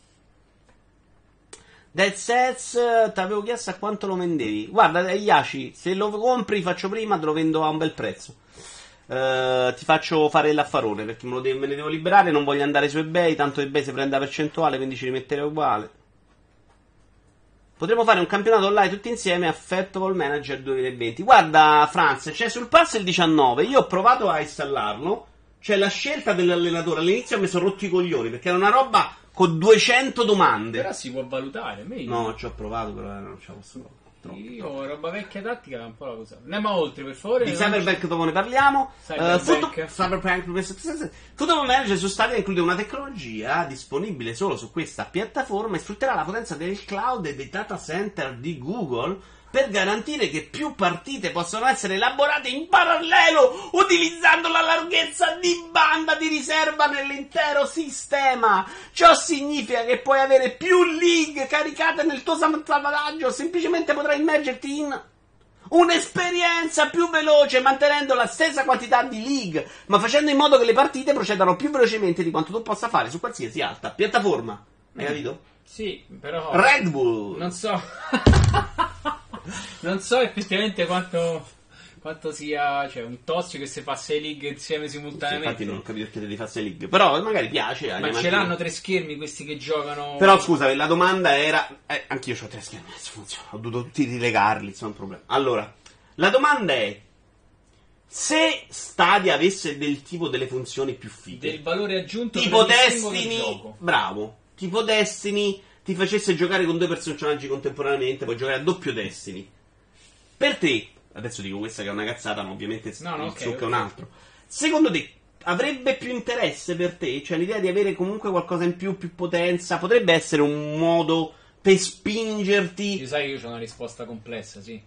Speaker 1: Dead Cells, ti avevo chiesto a quanto lo vendevi. Guarda, Yashi, se lo compri faccio prima, te lo vendo a un bel prezzo. Uh, ti faccio fare l'affarone perché me, lo devo, me ne devo liberare. Non voglio andare su eBay. Tanto eBay si prende la percentuale, quindi ci rimetterei uguale. Potremmo fare un campionato online tutti insieme a Football Manager duemilaventi. Guarda, Franz, c'è sul pass il diciannove. Io ho provato a installarlo. C'è la scelta dell'allenatore. All'inizio mi sono rotti i coglioni perché era una roba con duecento domande.
Speaker 2: Però si può valutare. Meglio.
Speaker 1: No, ci ho provato, però non ce la posso fare. Troppo.
Speaker 2: Io roba vecchia tattica un po' la cosa. Andiamo oltre, per favore.
Speaker 1: Di Cyberbank dopo ne parliamo.
Speaker 2: Cyberbank.
Speaker 1: Uh, Cyberbank Football Manager su Stadia include una tecnologia disponibile solo su questa piattaforma e sfrutterà la potenza del cloud e dei data center di Google per garantire che più partite possano essere elaborate in parallelo utilizzando la larghezza di banda di riserva nell'intero sistema. Ciò significa che puoi avere più league caricate nel tuo salvataggio, semplicemente potrai immergerti in un'esperienza più veloce mantenendo la stessa quantità di league, ma facendo in modo che le partite procedano più velocemente di quanto tu possa fare su qualsiasi altra piattaforma. Hai capito?
Speaker 2: Sì, però
Speaker 1: Red Bull.
Speaker 2: Non so. Non so effettivamente quanto, quanto sia, cioè, un tozzo che si fa sei league insieme simultaneamente.
Speaker 1: Infatti non ho capito perché te li fa sei league, però magari piace.
Speaker 2: Ma ce l'hanno tre schermi questi che giocano.
Speaker 1: Però scusa, la domanda era eh, anch'io ho tre schermi, adesso funziona. Ho dovuto tutti rilegarli, insomma, un problema. Allora, la domanda è: se Stadia avesse del tipo delle funzioni più fighe,
Speaker 2: del valore aggiunto
Speaker 1: tipo
Speaker 2: per ogni singolo
Speaker 1: Destiny,
Speaker 2: gioco.
Speaker 1: bravo, tipo Destiny ti facesse giocare con due personaggi contemporaneamente, puoi giocare a doppio Destiny. Per te, adesso dico questa che è una cazzata, ma ovviamente
Speaker 2: no, no,
Speaker 1: il
Speaker 2: okay,
Speaker 1: succo
Speaker 2: okay.
Speaker 1: è un altro. Secondo te avrebbe più interesse per te? Cioè l'idea di avere comunque qualcosa in più, più potenza, potrebbe essere un modo per spingerti?
Speaker 2: Io sai che io ho una risposta complessa, sì.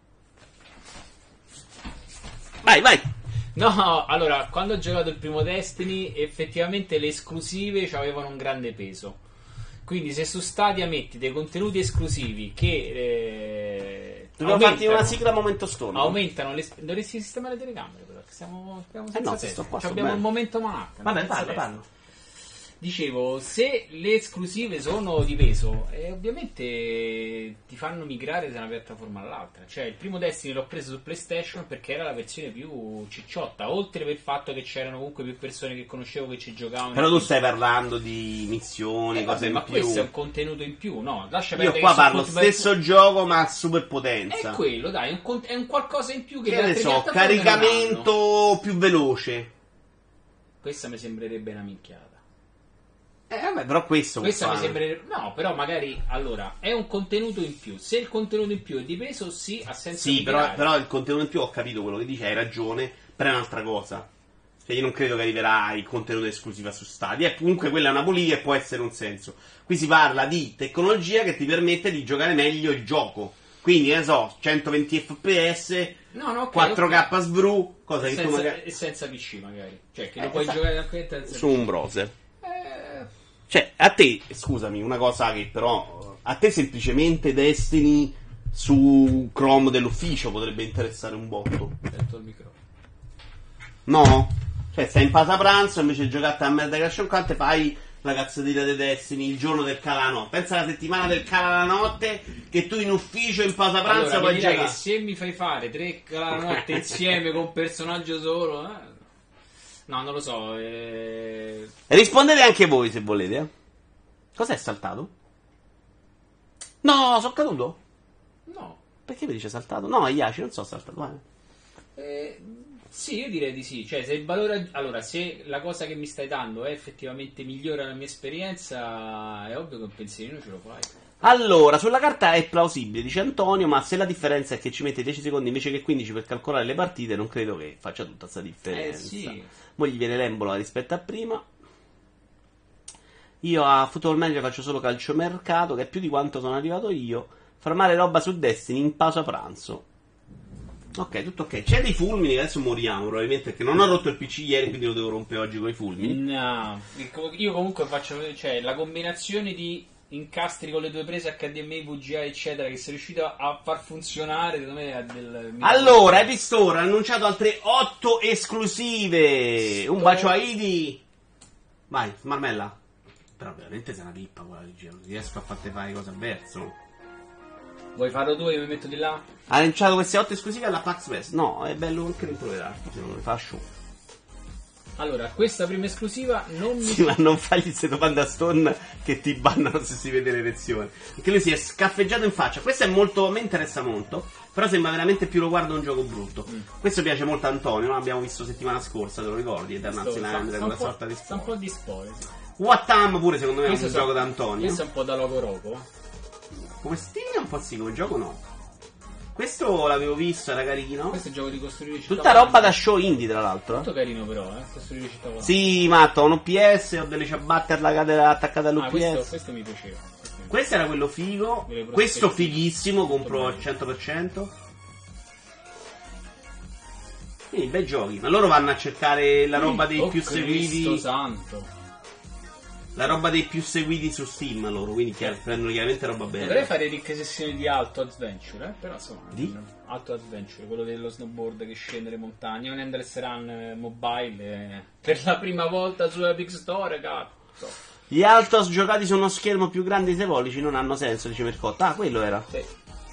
Speaker 1: Vai, vai.
Speaker 2: No, allora, quando ho giocato il primo Destiny, effettivamente le esclusive avevano un grande peso. Quindi se su Stadia metti dei contenuti esclusivi che eh,
Speaker 1: dobbiamo farti una sigla momento storico.
Speaker 2: Aumentano le, dovresti sistemare le telecamere però, stiamo, stiamo senza
Speaker 1: eh no,
Speaker 2: testa.
Speaker 1: sto qua,
Speaker 2: Cioè,
Speaker 1: sto
Speaker 2: abbiamo
Speaker 1: bene.
Speaker 2: un momento Manhattan.
Speaker 1: Vabbè,
Speaker 2: senza
Speaker 1: parlo,
Speaker 2: testa.
Speaker 1: parlo.
Speaker 2: Dicevo, se le esclusive sono di peso, eh, ovviamente ti fanno migrare da una piattaforma all'altra. Cioè, il primo Destiny l'ho preso su PlayStation perché era la versione più cicciotta, oltre per il fatto che c'erano comunque più persone che conoscevo che ci giocavano.
Speaker 1: Però tu stai parlando di missioni,
Speaker 2: eh,
Speaker 1: cose
Speaker 2: vabbè,
Speaker 1: in
Speaker 2: ma
Speaker 1: più.
Speaker 2: questo è un contenuto in più, no? Lascia
Speaker 1: Io
Speaker 2: perdere
Speaker 1: qua
Speaker 2: che
Speaker 1: parlo
Speaker 2: su Football-
Speaker 1: stesso gioco, ma a super potenza.
Speaker 2: È quello, dai, è un, con- è un qualcosa in più che,
Speaker 1: Che
Speaker 2: le
Speaker 1: ne
Speaker 2: altre
Speaker 1: so,
Speaker 2: piattaforme non hanno.
Speaker 1: caricamento più veloce.
Speaker 2: Questa mi sembrerebbe una minchiata.
Speaker 1: Eh, vabbè, però questo
Speaker 2: Questa mi
Speaker 1: fa-
Speaker 2: sembrerebbe. No, però magari. Allora, è un contenuto in più. Se il contenuto in più è di peso, sì, ha senso.
Speaker 1: Sì, però,
Speaker 2: migrare.
Speaker 1: però il contenuto in più ho capito quello che dice, hai ragione, però è un'altra cosa. Cioè io non credo che arriverà il contenuto esclusivo su Stadia, e comunque quella è una politica e può essere un senso. Qui si parla di tecnologia che ti permette di giocare meglio il gioco. Quindi, ne so, centoventi F P S,
Speaker 2: No, no, ok,
Speaker 1: quattro K
Speaker 2: ok.
Speaker 1: svru, cosa che tu
Speaker 2: senza,
Speaker 1: magari...
Speaker 2: e senza P C, magari. Cioè, che
Speaker 1: Eh,
Speaker 2: lo puoi
Speaker 1: esatto.
Speaker 2: giocare tranquillamente senza
Speaker 1: su
Speaker 2: P C.
Speaker 1: un browser.
Speaker 2: Eh,
Speaker 1: Cioè, a te, scusami, una cosa che però, a te semplicemente Destiny su Chrome dell'ufficio potrebbe interessare un botto.
Speaker 2: sento il microfono.
Speaker 1: No? Cioè, stai in pausa pranzo, invece di giocare a merda Crash of Clans, fai la cazzatina di Destiny il giorno del Calanotte. Pensa alla settimana del Calanotte che tu in ufficio in pausa pranzo
Speaker 2: Allora,
Speaker 1: puoi
Speaker 2: mi direi
Speaker 1: giocare.
Speaker 2: che se mi fai fare tre la notte insieme con un personaggio solo, eh? No, non lo so. Eh...
Speaker 1: Rispondete anche voi se volete. Eh. Cos'è saltato? No, sono caduto.
Speaker 2: No.
Speaker 1: Perché mi dice saltato? No, Iaci, non so saltato. Vai.
Speaker 2: Eh, sì, io direi di sì. Cioè, se il valore. Allora, se la cosa che mi stai dando è effettivamente migliora la mia esperienza, è ovvio che un pensierino ce lo fai.
Speaker 1: Allora, sulla carta è plausibile, dice Antonio, ma se la differenza è che ci mette dieci secondi invece che quindici per calcolare le partite, non credo che faccia tutta questa differenza.
Speaker 2: Eh sì.
Speaker 1: Mo' gli viene l'embola rispetto a prima. Io a Football Manager faccio solo calciomercato, che è più di quanto sono arrivato io. Farmare roba su Destiny in pausa pranzo. Ok, tutto ok. C'è dei fulmini, adesso moriamo probabilmente, perché non ho rotto il P C ieri, quindi lo devo rompere oggi con i fulmini.
Speaker 2: No, io comunque faccio. Cioè, la combinazione di incastri con le due prese H D M I, V G A, eccetera, che sei riuscito a far funzionare, secondo me è del.
Speaker 1: Allora, Epic Store ha annunciato altre otto esclusive. Un bacio a Idi. Vai, smarmella. Però veramente sei una pippa quella di giro. Non riesco a farti fare cose avverso.
Speaker 2: Vuoi farlo tu e io mi metto di là?
Speaker 1: Ha lanciato queste otto esclusive alla PAX West. No, è bello anche rimproverarti, secondo me, fa show.
Speaker 2: Allora, questa prima esclusiva non mi...
Speaker 1: Sì, ma non fagli queste domande a Stone che ti bannano se si vede l'erezione. Perché lui si è scaffeggiato in faccia. Questo è molto, a me interessa molto, però sembra veramente più lo guardo un gioco brutto. Mm. Questo piace molto a Antonio, no? L'abbiamo visto settimana scorsa, te lo ricordi? Eternal Land, quella sorta di
Speaker 2: spoiler. Un po' di spoiler, sì.
Speaker 1: Wattam pure secondo me
Speaker 2: questo
Speaker 1: è un
Speaker 2: so,
Speaker 1: gioco da Antonio.
Speaker 2: Questo è un po' da Loco Roco.
Speaker 1: Come stile un po' sì, come gioco no. Questo l'avevo visto, era carino.
Speaker 2: Questo è il gioco di costruire città.
Speaker 1: Tutta roba da show indie, tra l'altro.
Speaker 2: Molto carino però, eh. Costruire città.
Speaker 1: Sì, matto, ho un O P S, ho delle ciabatte attaccate all'O P S.
Speaker 2: Ah, questo, questo mi piaceva. Questo, mi
Speaker 1: questo era quello figo. Questo fighissimo, compro al cento per cento. Quindi bei giochi. Ma loro vanno a cercare la roba dei
Speaker 2: oh,
Speaker 1: più
Speaker 2: Cristo
Speaker 1: seguiti.
Speaker 2: Santo.
Speaker 1: La roba dei più seguiti su Steam loro, quindi chiar- prendono chiaramente roba bella.
Speaker 2: Dovrei fare ricche sessioni di Alto Adventure, eh? Però insomma.
Speaker 1: Di?
Speaker 2: Alto Adventure, quello dello snowboard che scende le montagne. Un Endless Run mobile eh, per la prima volta su Epic Store, cazzo.
Speaker 1: Gli Altos giocati su uno schermo più grande di sei pollici non hanno senso, dice Mercotta. Ah, quello era.
Speaker 2: Sì.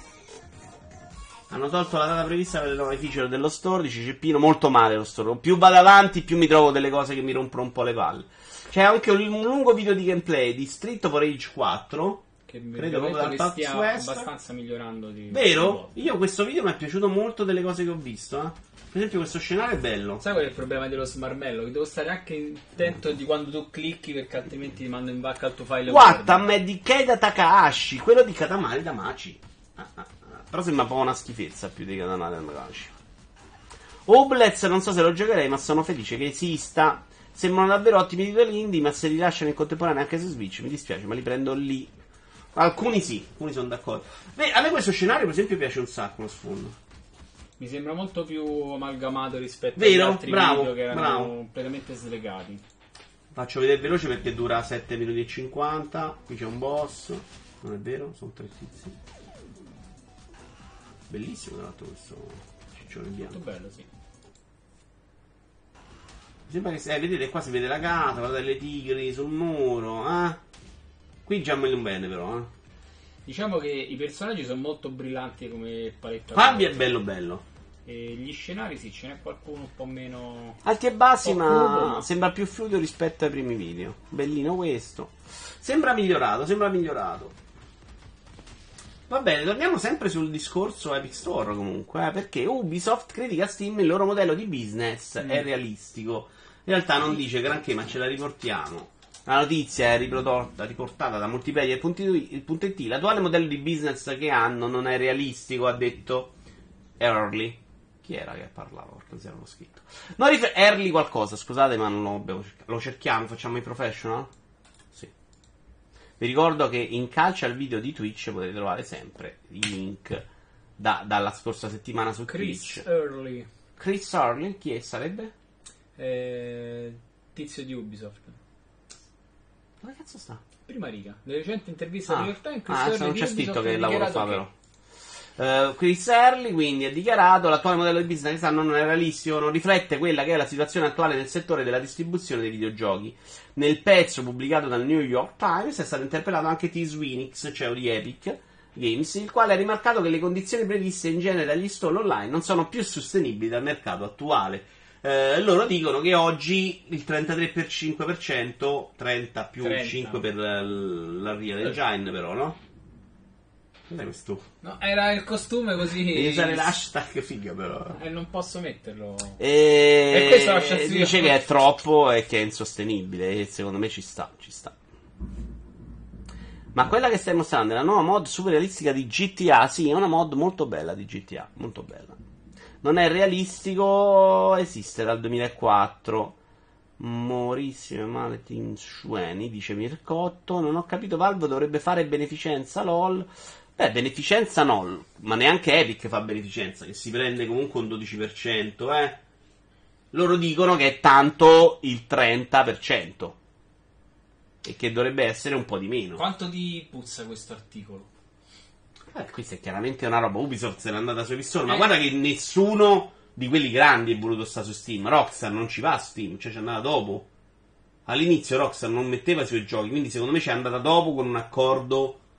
Speaker 1: Hanno tolto la data prevista per le nuove feature dello store, dice Ceppino, molto male lo store. Più vado avanti, più mi trovo delle cose che mi rompono un po' le palle. C'è anche un lungo video di gameplay di Street of Rage quattro,
Speaker 2: che
Speaker 1: credo proprio dal PAX
Speaker 2: stia
Speaker 1: West,
Speaker 2: abbastanza migliorando di...
Speaker 1: vero? Io questo video mi è piaciuto molto delle cose che ho visto, eh. Per esempio questo scenario è bello.
Speaker 2: Sai qual è il problema dello smarmello? Che devo stare anche attento di quando tu clicchi, perché altrimenti ti mando in vacca il tuo file.
Speaker 1: Wattam è di Keida Takahashi, quello di Katamari Damacy. Ah, ah, ah. Però sembra un po' una schifezza più di Katamari Damacy. Oblets non so se lo giocherei, ma sono felice che esista. Sembrano davvero ottimi titoli indie, ma se li lasciano in contemporanea anche su Switch mi dispiace, ma li prendo lì. Alcuni sì, alcuni sono d'accordo. Beh, a me questo scenario per esempio piace un sacco lo sfondo.
Speaker 2: Mi sembra molto più amalgamato rispetto
Speaker 1: Vero?
Speaker 2: agli altri
Speaker 1: Bravo,
Speaker 2: video che erano
Speaker 1: bravo.
Speaker 2: completamente slegati.
Speaker 1: Faccio vedere veloce perché dura sette minuti e cinquanta. Qui c'è un boss. Non è vero? Sono tre tizi. Bellissimo tra l'altro questo ciccione bianco.
Speaker 2: Molto bello, sì.
Speaker 1: Sembra che, eh, vedete qua si vede la casa, guardate le tigri sul muro, eh? Qui già meglio bene però, eh?
Speaker 2: Diciamo che i personaggi sono molto brillanti come paletta.
Speaker 1: Fabio è bello bello.
Speaker 2: E gli scenari sì, ce n'è qualcuno un po' meno...
Speaker 1: Alti e bassi, ma
Speaker 2: cubo.
Speaker 1: Sembra più fluido rispetto ai primi video. Bellino questo. Sembra migliorato, sembra migliorato. Va bene, torniamo sempre sul discorso Epic Store comunque, eh, perché Ubisoft critica Steam, il loro modello di business
Speaker 2: Mm.
Speaker 1: è realistico. In realtà non dice granché, ma ce la riportiamo. La notizia è riprodotta, riportata da multiplayer punto it. L'attuale modello di business che hanno non è realistico, ha detto Early. Chi era che parlava? Perché non si erano scritto. No, rifer- Early qualcosa, scusate, ma non lo abbiamo cercato. Lo cerchiamo, facciamo i professional? Sì. Vi ricordo che in calcio al video di Twitch potete trovare sempre i link da- dalla scorsa settimana su
Speaker 2: Chris
Speaker 1: Twitch.
Speaker 2: Early.
Speaker 1: Chris Early, chi è? Sarebbe?
Speaker 2: Eh, tizio di Ubisoft.
Speaker 1: Dove cazzo sta?
Speaker 2: Prima riga. Le recenti interviste
Speaker 1: Ah,
Speaker 2: di New York Times, Chris
Speaker 1: ah
Speaker 2: Early
Speaker 1: non
Speaker 2: di
Speaker 1: c'è
Speaker 2: Ubisoft
Speaker 1: scritto che
Speaker 2: ha
Speaker 1: il lavoro
Speaker 2: dichiarato
Speaker 1: fa
Speaker 2: che-
Speaker 1: però. Uh, Chris Early quindi ha dichiarato l'attuale modello di business che stanno non è realistico, non riflette quella che è la situazione attuale nel settore della distribuzione dei videogiochi. Nel pezzo pubblicato dal New York Times è stato interpellato anche T. Sweenix, cioè di Epic Games, il quale ha rimarcato che le condizioni previste in genere dagli store online non sono più sostenibili dal mercato attuale. Eh, loro dicono che oggi il trentatré per cinque per cento, trenta più
Speaker 2: trenta.
Speaker 1: cinque per l'Unreal Engine però, no? Cos'è questo?
Speaker 2: No, era il costume così.
Speaker 1: Devi usare l'hashtag figa però.
Speaker 2: E non posso metterlo.
Speaker 1: E,
Speaker 2: E questo lascia stare.
Speaker 1: dice che è troppo e che è insostenibile. E secondo me ci sta, ci sta. Ma quella che stai mostrando è la nuova mod super realistica di G T A. Sì, è una mod molto bella di G T A, molto bella. Non è realistico, esiste dal duemilaquattro. Morissimo Martin Schueni, dice Mircotto. Non ho capito, Valve dovrebbe fare beneficenza, lol. Beh, beneficenza no, ma neanche Epic fa beneficenza, che si prende comunque un dodici per cento, eh. Loro dicono che è tanto il trenta per cento e che dovrebbe essere un po' di meno.
Speaker 2: Quanto ti puzza questo articolo?
Speaker 1: Eh, questa è chiaramente una roba. Ubisoft se n'è andata sui pistoni, ma
Speaker 2: Eh.
Speaker 1: guarda che nessuno di quelli grandi è voluto stare su Steam. Rockstar non ci va su Steam, cioè ci è andata dopo. All'inizio Rockstar non metteva i suoi giochi, quindi secondo me ci è andata dopo con un accordo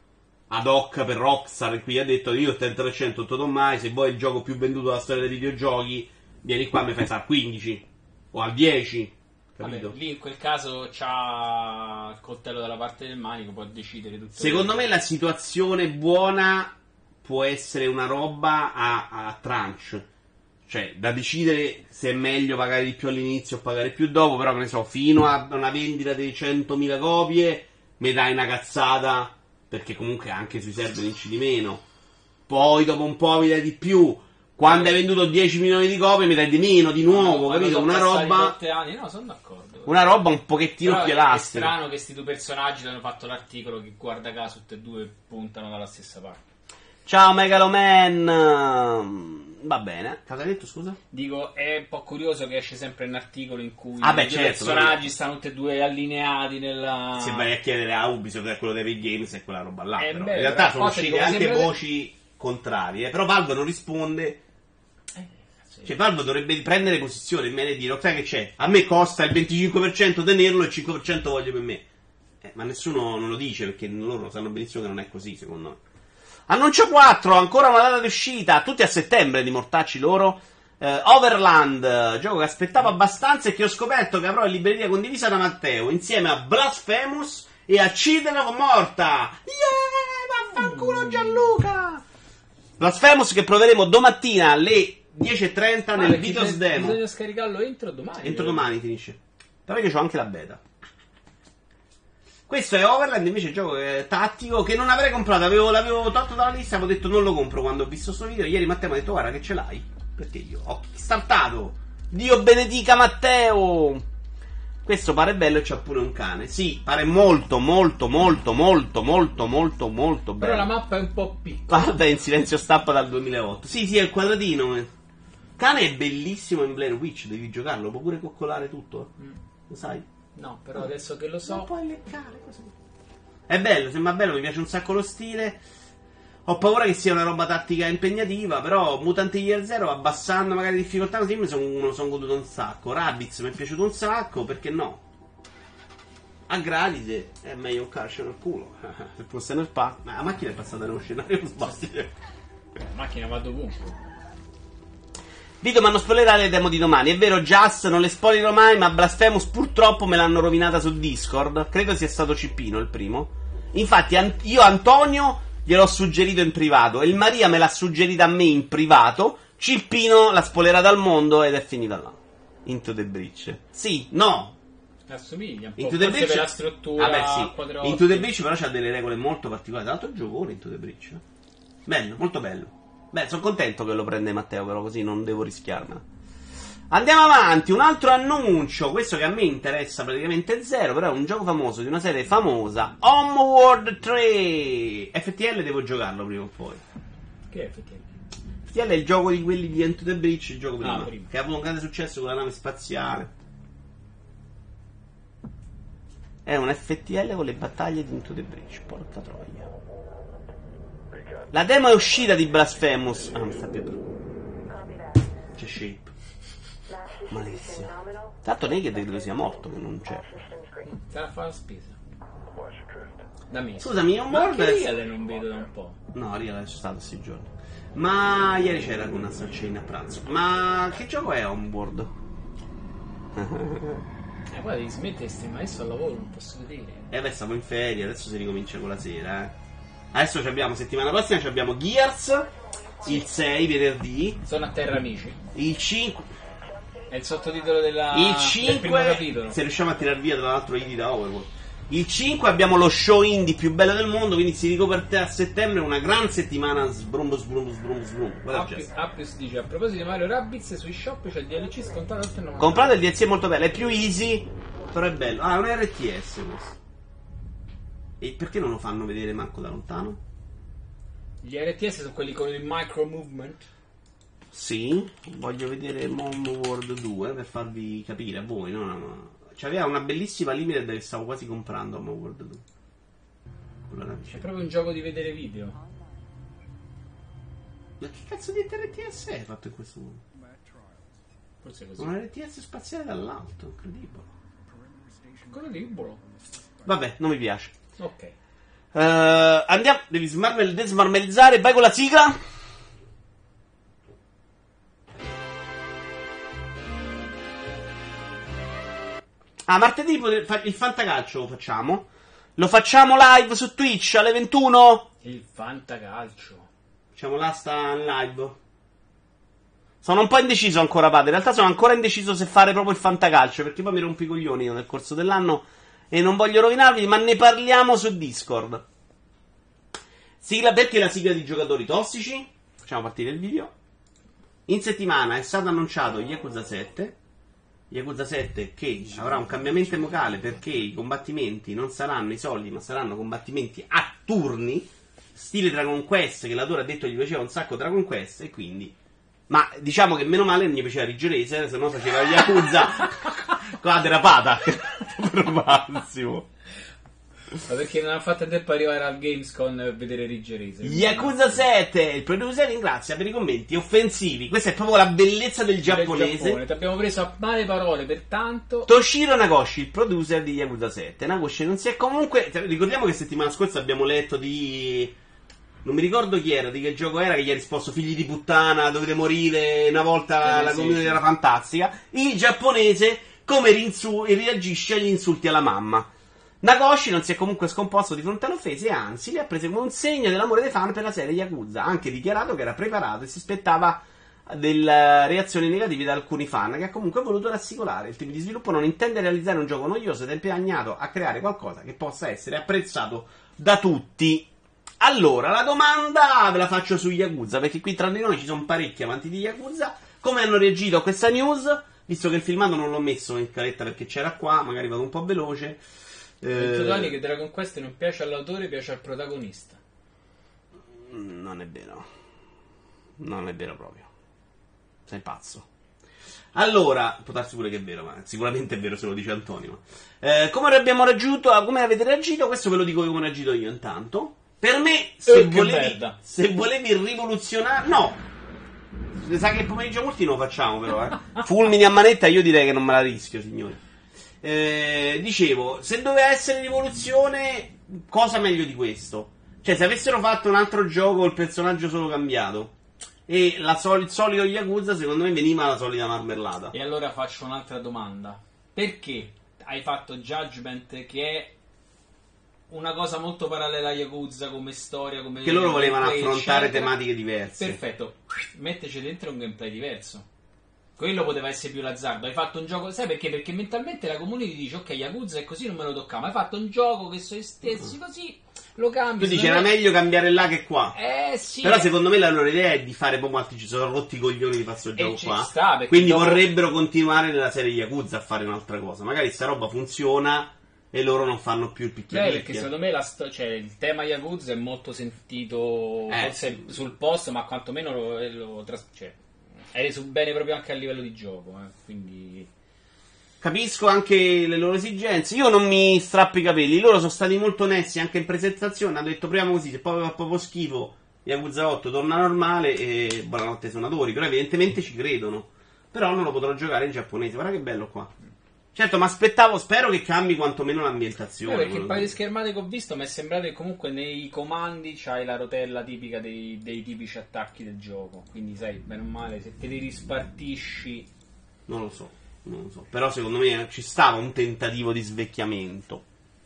Speaker 1: ad hoc per Rockstar, qui ha detto io il trenta per cento tutto mai, se vuoi il gioco più venduto della storia dei videogiochi, vieni qua e mi fai stare al quindici o al dieci. Capito?
Speaker 2: Vabbè, lì in quel caso c'ha il coltello dalla parte del manico, può decidere tutto.
Speaker 1: Secondo me la situazione buona può essere una roba a, a tranche. Cioè, da decidere se è meglio pagare di più all'inizio o pagare più dopo, però che ne so, fino a una vendita di centomila copie mi dai una cazzata, perché comunque anche sui server vinci di meno. Poi dopo un po' mi dai di più. Quando hai venduto dieci milioni di copie mi dai di meno, di nuovo,
Speaker 2: no,
Speaker 1: capito? Una roba...
Speaker 2: Anni. No, sono d'accordo.
Speaker 1: Una roba un pochettino
Speaker 2: però
Speaker 1: più
Speaker 2: è
Speaker 1: elastica.
Speaker 2: È strano che sti due personaggi hanno fatto l'articolo che guarda caso tutti e due puntano dalla stessa parte.
Speaker 1: Ciao Megaloman. Va bene. Cosa hai detto, scusa?
Speaker 2: Dico, è un po' curioso che esce sempre un articolo in cui
Speaker 1: ah, beh,
Speaker 2: i due
Speaker 1: certo,
Speaker 2: personaggi
Speaker 1: però...
Speaker 2: stanno tutti e due allineati nella...
Speaker 1: Se vai a chiedere a Ubisoft che è quello dei Epic Games è quella roba là.
Speaker 2: Eh,
Speaker 1: Però.
Speaker 2: beh,
Speaker 1: In realtà
Speaker 2: però
Speaker 1: sono uscite
Speaker 2: dico,
Speaker 1: anche
Speaker 2: sembra...
Speaker 1: voci contrarie. Però Valve non risponde.
Speaker 2: Eh, sì.
Speaker 1: Cioè Valve dovrebbe prendere posizione e me ne dire, sai che c'è? A me costa il venticinque per cento tenerlo e il cinque per cento voglio per me. Eh, ma nessuno non lo dice perché loro sanno benissimo che non è così, secondo me. Annuncia quattro, ancora una data di uscita, tutti a settembre di mortacci loro. Uh, Overland, gioco che aspettavo abbastanza e che ho scoperto che avrò in libreria condivisa da Matteo insieme a Blasphemous e a Children of Morta. Yeah, vaffanculo Gianluca. Blasphemous che proveremo domattina alle dieci e trenta nel Videos Demo.
Speaker 2: Bisogna scaricarlo entro domani.
Speaker 1: Entro domani finisce. Però io ho anche la beta. Questo è Overland, invece il gioco è tattico che non avrei comprato, avevo, l'avevo tolto dalla lista, avevo detto non lo compro quando ho visto sto video. Ieri Matteo mi ha detto guarda che ce l'hai. Perché io ho startato. Dio benedica Matteo. Questo pare bello e c'ha pure un cane. Sì, pare molto molto molto molto molto molto molto bello.
Speaker 2: Però la mappa è un po' piccola.
Speaker 1: Guarda, in silenzio stampa dal duemilaotto. Sì, sì, è il quadratino. Cane è bellissimo in Blair Witch, devi giocarlo, può pure coccolare tutto. Mm. Lo sai?
Speaker 2: No, però adesso che lo so.
Speaker 1: Non puoi leccare così. È bello, sembra bello, mi piace un sacco lo stile. Ho paura che sia una roba tattica impegnativa, però Mutant Year Zero, abbassando magari difficoltà così, mi sono son goduto un sacco. Rabbids mi è piaciuto un sacco, perché no? A gradite è meglio un calcio nel culo. Se fosse nel pa. Ma la macchina è passata nello scenario sbasti.
Speaker 2: La macchina va dovunque.
Speaker 1: Vito, mi hanno spoilerato le demo di domani. È vero, Just non le spoilerò mai, ma Blasphemous purtroppo me l'hanno rovinata su Discord. Credo sia stato Cippino il primo. Infatti, io Antonio gliel'ho suggerito in privato. E il Maria me l'ha suggerita a me in privato. Cippino l'ha spoilerata al mondo ed è finita là. Into the Breach. Sì, no.
Speaker 2: Assomiglia un po'.
Speaker 1: Into the
Speaker 2: Breach
Speaker 1: per
Speaker 2: la struttura.
Speaker 1: Vabbè, sì.
Speaker 2: Quadrotti.
Speaker 1: Into the Breach però c'ha delle regole molto particolari. Tra l'altro giocone Into the Breach. Bello, molto bello. Beh, sono contento che lo prende Matteo, però così non devo rischiarmela. Andiamo avanti, un altro annuncio, questo che a me interessa praticamente zero, però è un gioco famoso, di una serie famosa, Homeworld tre. F T L devo giocarlo prima o poi.
Speaker 2: Che è F T L?
Speaker 1: F T L è il gioco di quelli di Into the Breach, il gioco prima,
Speaker 2: ah, prima.
Speaker 1: che ha avuto un grande successo con la nave spaziale. È un F T L con le battaglie di Into the Breach, porca troia. La demo è uscita di Blasphemous. Ah, non sta più per... C'è Shape. Malissimo. Tanto Naked credo sia morto, che non c'è.
Speaker 2: Te la fa la spesa. Da me.
Speaker 1: Scusami, un
Speaker 2: Ma
Speaker 1: World
Speaker 2: anche
Speaker 1: è...
Speaker 2: Real non vedo da un po'.
Speaker 1: No, Real è stato questi giorni. Ma ieri c'era con una salcina a pranzo. Ma che gioco è Homeworld?
Speaker 2: Eh, guarda, smette di streamare adesso al lavoro, non posso vedere.
Speaker 1: Eh beh, stiamo in ferie, adesso si ricomincia con la sera, eh. Adesso abbiamo, settimana prossima abbiamo Gears, il sei, venerdì.
Speaker 2: Sono a terra, amici.
Speaker 1: Il cinque...
Speaker 2: È il sottotitolo della...
Speaker 1: Il
Speaker 2: del primo
Speaker 1: cinque,
Speaker 2: capitolo.
Speaker 1: se riusciamo a tirar via tra l'altro i da Overwatch. Il cinque abbiamo lo show indie più bello del mondo, quindi si ricoperte a settembre una gran settimana sbrum sbrum sbrum sbrum.
Speaker 2: Appius, Appius dice, a proposito di Mario Rabbids, sui shop c'è il D L C scontato al novanta.
Speaker 1: Comprate il D L C, è molto bello, è più easy, però è bello. Ah, è un R T S questo. E perché non lo fanno vedere manco da lontano?
Speaker 2: Gli R T S sono quelli con il micro movement.
Speaker 1: Sì, voglio vedere Homeworld due per farvi capire a voi, no, no, no. C'aveva una bellissima limited che stavo quasi comprando Homeworld due.
Speaker 2: È proprio un gioco di vedere video.
Speaker 1: Ma che cazzo di R T S è fatto in questo modo?
Speaker 2: Forse è così.
Speaker 1: Un R T S spaziale dall'alto, incredibile.
Speaker 2: Quello libero.
Speaker 1: Vabbè, non mi piace.
Speaker 2: Ok.
Speaker 1: Uh, andiamo, devi smarmel- desmarmelizzare, vai con la sigla. Ah, martedì il fantacalcio lo facciamo. Lo facciamo live su Twitch alle ventuno.
Speaker 2: Il fantacalcio.
Speaker 1: Facciamo l'asta in live. Sono un po' indeciso ancora, padre. In realtà sono ancora indeciso se fare proprio il fantacalcio, perché poi mi rompo i coglioni io nel corso dell'anno e non voglio rovinarvi, ma ne parliamo su Discord. Sigla, perché la sigla di giocatori tossici? Facciamo partire il video. In settimana è stato annunciato Yakuza sette. Yakuza sette che avrà un cambiamento epocale perché i combattimenti non saranno i soliti, ma saranno combattimenti a turni, stile Dragon Quest, che l'autore ha detto gli piaceva un sacco Dragon Quest, e quindi... Ma diciamo che meno male non gli piaceva Ridge Racer, se no faceva Yakuza con la derapata. Per massimo.
Speaker 2: Ma perché non ha fatto tempo arrivare al Gamescom per vedere Ridge Racer?
Speaker 1: Yakuza sette, il producer ringrazia per i commenti offensivi. Questa è proprio la bellezza del giapponese.
Speaker 2: Ti abbiamo preso a male parole, pertanto.
Speaker 1: Toshiro Nagoshi, il producer di Yakuza sette. Nagoshi non si è comunque... Ricordiamo che settimana scorsa abbiamo letto di... Non mi ricordo chi era, di che gioco era, che gli ha risposto figli di puttana, dovete morire, una volta
Speaker 2: eh,
Speaker 1: la
Speaker 2: sì,
Speaker 1: community
Speaker 2: sì.
Speaker 1: era fantastica. Il giapponese come rinsu- reagisce agli insulti alla mamma. Nagoshi non si è comunque scomposto di fronte alle offese e anzi li ha prese come un segno dell'amore dei fan per la serie Yakuza. Ha anche dichiarato che era preparato e si aspettava delle reazioni negative da alcuni fan, che ha comunque voluto rassicurare. Il team di sviluppo non intende realizzare un gioco noioso ed è impegnato a creare qualcosa che possa essere apprezzato da tutti. Allora, la domanda ve la faccio su Yakuza, perché qui tra di noi ci sono parecchi amanti di Yakuza. Come hanno reagito a questa news? Visto che il filmato non l'ho messo in scaletta perché c'era qua, magari vado un po' veloce.
Speaker 2: Eh... Tony che Dragon Quest non piace all'autore, piace al protagonista.
Speaker 1: Non è vero. Non è vero proprio. Sei pazzo. Allora, può darsi pure che è vero, ma sicuramente è vero se lo dice Antonio. Eh, come abbiamo raggiunto, come avete reagito? Questo ve lo dico come ho reagito io intanto. Per me, se,
Speaker 2: eh,
Speaker 1: volevi, se volevi rivoluzionare... No! Sa che il pomeriggio molti non lo facciamo però, eh. Fulmini a manetta io direi che non me la rischio, signori. Eh, dicevo, se doveva essere rivoluzione, cosa meglio di questo? Cioè, se avessero fatto un altro gioco, il personaggio solo cambiato, e la sol- il solito Yakuza, secondo me veniva la solita marmellata.
Speaker 2: E allora faccio un'altra domanda. Perché hai fatto Judgment, che è una cosa molto parallela a Yakuza come storia, come
Speaker 1: che loro volevano
Speaker 2: gameplay,
Speaker 1: affrontare
Speaker 2: eccetera.
Speaker 1: tematiche diverse.
Speaker 2: Perfetto, metteci dentro un gameplay diverso. Quello poteva essere più l'azzardo. Hai fatto un gioco, sai perché? Perché mentalmente la community dice ok, Yakuza è così, non me lo toccava. Hai fatto un gioco che sono gli stessi così, lo cambi.
Speaker 1: Tu dici era
Speaker 2: me...
Speaker 1: meglio cambiare là che qua.
Speaker 2: Eh sì.
Speaker 1: Però
Speaker 2: eh.
Speaker 1: secondo me la loro idea è di fare proprio altri, ci sono rotti i coglioni di fare questo gioco
Speaker 2: ci
Speaker 1: qua.
Speaker 2: sta,
Speaker 1: Quindi
Speaker 2: dopo...
Speaker 1: vorrebbero continuare nella serie Yakuza a fare un'altra cosa. Magari sta roba funziona e loro non fanno più il picchiere.
Speaker 2: Eh, perché secondo me la sto- cioè, il tema Yakuza è molto sentito
Speaker 1: eh,
Speaker 2: forse
Speaker 1: sì.
Speaker 2: sul post, ma quantomeno lo, lo tras- cioè, è reso bene proprio anche a livello di gioco. Eh. Quindi
Speaker 1: capisco anche le loro esigenze. Io non mi strappo i capelli. Loro sono stati molto onesti anche in presentazione. Hanno detto prima così: se poi fa proprio schifo, Yakuza otto torna normale e buonanotte suonatori. Però evidentemente ci credono. Però non lo potrò giocare in giapponese. Guarda che bello qua. Certo, ma aspettavo, spero che cambi quantomeno l'ambientazione.
Speaker 2: eh, perché il paio di schermate che ho visto mi è sembrato che comunque nei comandi c'hai la rotella tipica dei, dei tipici attacchi del gioco. Quindi sai, bene o male, se te li rispartisci.
Speaker 1: Non lo so, non lo so. Però secondo me ci stava un tentativo di svecchiamento.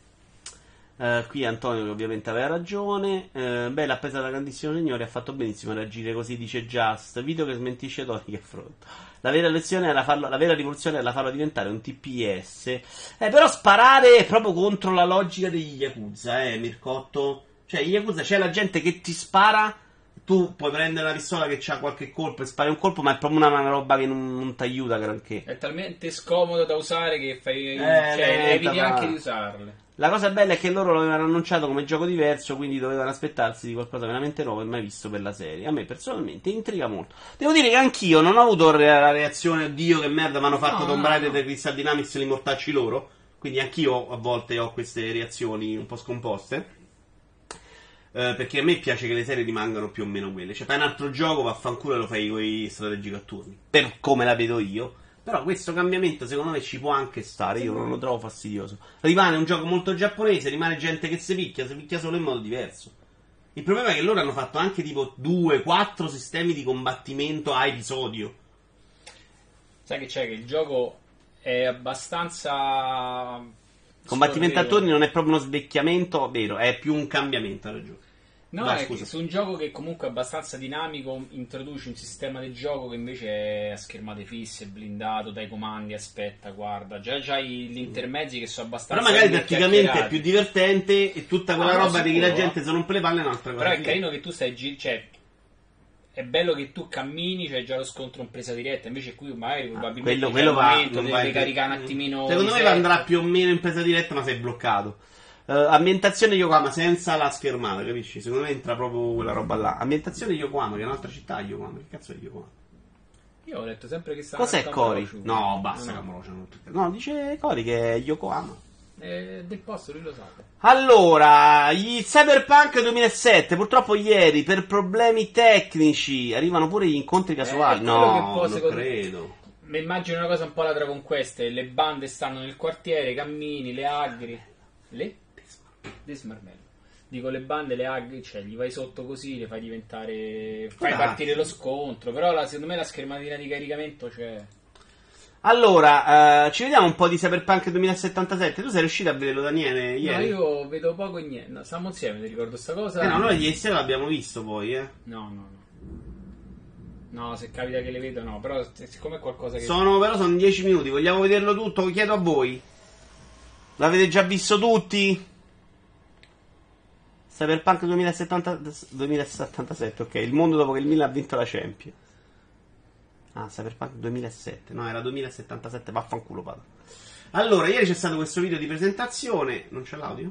Speaker 1: Uh, qui Antonio che ovviamente aveva ragione. uh, Beh, l'ha presa da grandissimo signore, ha fatto benissimo a reagire così, dice Just. Video che smentisce Tony che affronta. La vera lezione era farlo, la vera rivoluzione era farlo diventare un T P S. Eh, però sparare è proprio contro la logica degli Yakuza, eh, Mircotto. Cioè, gli Yakuza c'è la gente che ti spara, tu puoi prendere la pistola che c'ha qualche colpo e spari un colpo, ma è proprio una, una roba che non, non ti aiuta granché.
Speaker 2: È talmente scomodo da usare che fai,
Speaker 1: eh,
Speaker 2: cioè, eviti
Speaker 1: va.
Speaker 2: anche di usarle.
Speaker 1: La cosa bella è che loro lo avevano annunciato come gioco diverso, quindi dovevano aspettarsi di qualcosa veramente nuovo e mai visto per la serie. A me personalmente intriga molto. Devo dire che anch'io non ho avuto la reazione oddio che merda mi hanno fatto
Speaker 2: no,
Speaker 1: Tomb
Speaker 2: no,
Speaker 1: Raider
Speaker 2: no.
Speaker 1: e Crystal Dynamics e li mortacci loro. Quindi anch'io a volte ho queste reazioni un po' scomposte. Eh, perché a me piace che le serie rimangano più o meno quelle. Cioè fai un altro gioco, vaffanculo e lo fai con i strategici a turni. Per come la vedo io. Però questo cambiamento secondo me ci può anche stare, io non lo trovo fastidioso. Rimane un gioco molto giapponese, rimane gente che si picchia, si picchia solo in modo diverso. Il problema è che loro hanno fatto anche tipo due, quattro sistemi di combattimento a episodio.
Speaker 2: Sai che c'è? Che il gioco è abbastanza...
Speaker 1: Combattimento a turni non è proprio uno svecchiamento, vero, è più un cambiamento, ha ragione.
Speaker 2: No,
Speaker 1: Vai,
Speaker 2: è che su un gioco che comunque è abbastanza dinamico introduci un sistema di gioco che invece è a schermate fisse, blindato, dai comandi, aspetta, guarda. Già c'hai gli intermezzi che sono abbastanza...
Speaker 1: Però magari praticamente è più divertente e tutta quella
Speaker 2: ah,
Speaker 1: roba di che la
Speaker 2: sicuro.
Speaker 1: gente se non le palle è un'altra cosa.
Speaker 2: Però è carino che tu stai gir- cioè è bello che tu cammini, c'è già lo scontro in presa diretta, invece qui magari probabilmente
Speaker 1: quello,
Speaker 2: c'è
Speaker 1: quello
Speaker 2: un
Speaker 1: va,
Speaker 2: momento,
Speaker 1: non va
Speaker 2: devi
Speaker 1: in-
Speaker 2: caricare un attimino
Speaker 1: Secondo
Speaker 2: i
Speaker 1: me
Speaker 2: set.
Speaker 1: andrà più o meno in presa diretta, ma sei bloccato. Uh, ambientazione Yokohama senza la schermata, capisci? Secondo me entra proprio quella roba là. Ambientazione Yokohama, che è un'altra città, Yokohama. Che cazzo è Yokohama?
Speaker 2: Io ho detto sempre che sta
Speaker 1: Cos'è
Speaker 2: a
Speaker 1: Cori?
Speaker 2: Kamurocho.
Speaker 1: No, basta
Speaker 2: No, no.
Speaker 1: Kamurocho, non tutte- No, dice Cori che è Yokohama.
Speaker 2: È del posto, lui lo sa.
Speaker 1: Allora, gli Cyberpunk duemilasette, purtroppo ieri per problemi tecnici arrivano pure gli incontri casuali.
Speaker 2: Eh, quello che
Speaker 1: no,
Speaker 2: può,
Speaker 1: non
Speaker 2: secondo-
Speaker 1: credo.
Speaker 2: Mi immagino una cosa un po' alla Dragon Quest, le bande stanno nel quartiere, cammini, le agri. Le? Desmarmello. Dico le bande, le agri, cioè gli vai sotto così, le fai diventare... fai
Speaker 1: Ah.
Speaker 2: partire lo scontro, però la- secondo me la schermatina di caricamento c'è...
Speaker 1: Allora, eh, ci vediamo un po' di Cyberpunk duemilasettantasette. Tu sei riuscito a vederlo, Daniele,
Speaker 2: No,
Speaker 1: ieri?
Speaker 2: io vedo poco e niente. No, stiamo insieme, ti ricordo sta cosa?
Speaker 1: Eh no, noi ieri sera l'abbiamo visto poi, eh.
Speaker 2: No, no, no. No, se capita che le vedo, no. Però s- siccome è qualcosa che...
Speaker 1: Sono, però sono dieci minuti, vogliamo vederlo tutto? Chiedo a voi. L'avete già visto tutti? Cyberpunk duemilasettanta duemilasettantasette, ok. Il mondo dopo che il Milan ha vinto la Champions. Ah, Cyberpunk duemilasette. No, era duemilasettantasette, vaffanculo, padre. Allora, ieri c'è stato questo video di presentazione. Non c'è l'audio?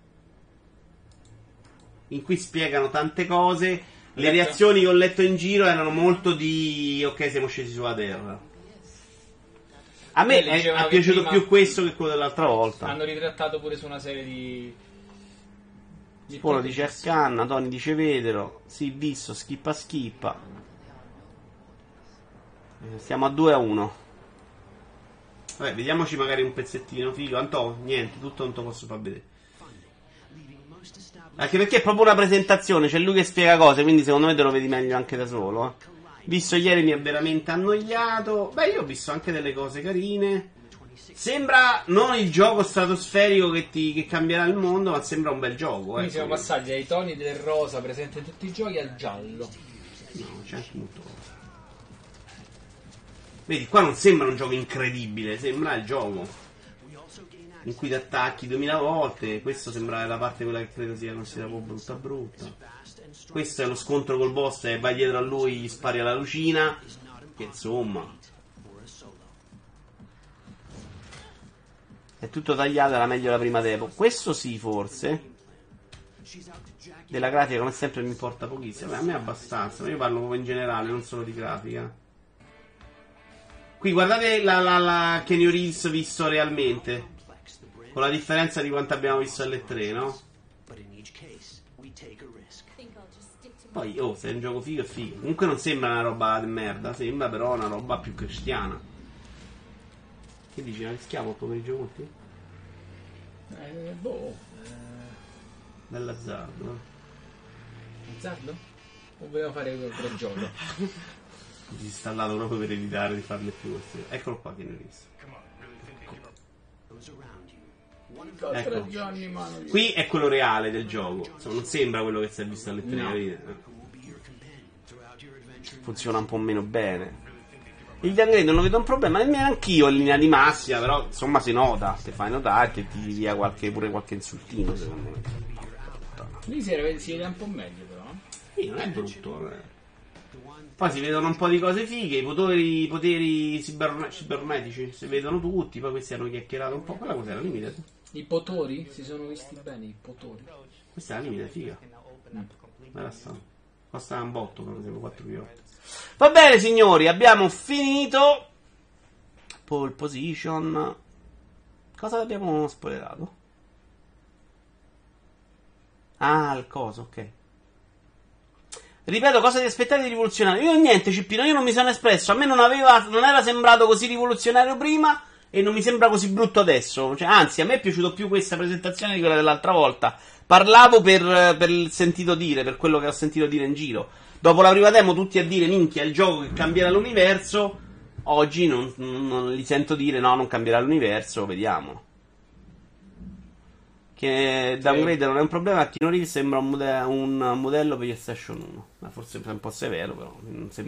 Speaker 1: In cui spiegano tante cose. Le
Speaker 2: Letto.
Speaker 1: reazioni che ho letto in giro erano molto di... Ok, siamo scesi sulla terra. A me
Speaker 2: Eh,
Speaker 1: è,
Speaker 2: leggevano
Speaker 1: ha
Speaker 2: che
Speaker 1: piaciuto
Speaker 2: prima-
Speaker 1: più questo che quello dell'altra volta.
Speaker 2: Hanno ritrattato pure su una serie di... di
Speaker 1: Polo
Speaker 2: tante-
Speaker 1: dice Arcanna, Tony dice Vedero. Sì, visto, schippa schippa. Eh, Siamo a due a uno. Vabbè, vediamoci magari un pezzettino figo. Anto, niente, tutto non te lo posso far vedere. Anche perché è proprio una presentazione, c'è lui che spiega cose, quindi secondo me te lo vedi meglio anche da solo. Eh. Visto ieri mi ha veramente annoiato. Beh, io ho visto anche delle cose carine. Sembra non il gioco stratosferico che ti che cambierà il mondo, ma sembra un bel gioco.
Speaker 2: Quindi
Speaker 1: Ecco.
Speaker 2: siamo passati dai toni del rosa presente in tutti i giochi al giallo.
Speaker 1: No, c'è anche molto. Vedi, qua non sembra un gioco incredibile, sembra il gioco in cui ti attacchi duemila volte. Questo sembra la parte quella che credo sia considerata un po' brutta brutta. Questo è lo scontro col boss e vai dietro a lui, gli spari alla lucina. Che insomma è tutto tagliato, era meglio la prima demo. Questo sì, forse. Della grafica come sempre mi importa pochissimo. Beh, a me è abbastanza, ma io parlo proprio in generale, non solo di grafica. Qui guardate la, la, la Keanu Reeves visto realmente, con la differenza di quanto abbiamo visto alle tre, no? Poi, oh, se è un gioco figo è figo. Comunque non sembra una roba di merda, sembra però una roba più cristiana. Che dici, non rischiamo il pomeriggio molti?
Speaker 2: Eh, boh. Eh,
Speaker 1: Bell'azzardo, eh.
Speaker 2: azzardo? O vogliamo fare quel gioco?
Speaker 1: Disinstallato proprio per evitare di farle più queste. Eccolo qua, Keanu Reeves. Ecco.
Speaker 2: Tre giorni, mano.
Speaker 1: Qui è quello reale del gioco. Insomma, non sembra quello che si è visto alle tre.
Speaker 2: No.
Speaker 1: capite? Funziona un po' meno bene. Il downgrade non lo vedo un problema, nemmeno anch'io in linea di massima, però insomma si nota, se fai notare che ti dia qualche, pure qualche insultino, secondo me.
Speaker 2: Lì si vede, si vede un po' meglio, però.
Speaker 1: Sì, non è brutto. Eh. Poi si vedono un po' di cose fighe, i poteri, i poteri ciberne- cibernetici si vedono tutti, poi questi hanno chiacchierato un po'. Quella cos'era? Limited?
Speaker 2: I potori si sono visti bene, i potori.
Speaker 1: Questa è la Limited, figa.
Speaker 2: Mm.
Speaker 1: Bella sta. Costa un botto, per esempio, quattro piotti. Va bene signori, abbiamo finito. Pole position. Cosa abbiamo spoilerato? Ah, il coso, ok. Ripeto, cosa ti aspettavi di rivoluzionario? Io niente, Cippino, io non mi sono espresso. A me non, aveva, non era sembrato così rivoluzionario prima e non mi sembra così brutto adesso. Cioè, anzi, a me è piaciuto più questa presentazione di quella dell'altra volta. Parlavo per, per il sentito dire, per quello che ho sentito dire in giro. Dopo la prima demo tutti a dire minchia, il gioco che cambierà l'universo. Oggi non, non li sento dire no, non cambierà l'universo, vediamo. Che downgrade non è un problema. Keanu Reeves sembra un, mode- un modello per PlayStation uno. Ma forse è un po' severo, però non sembra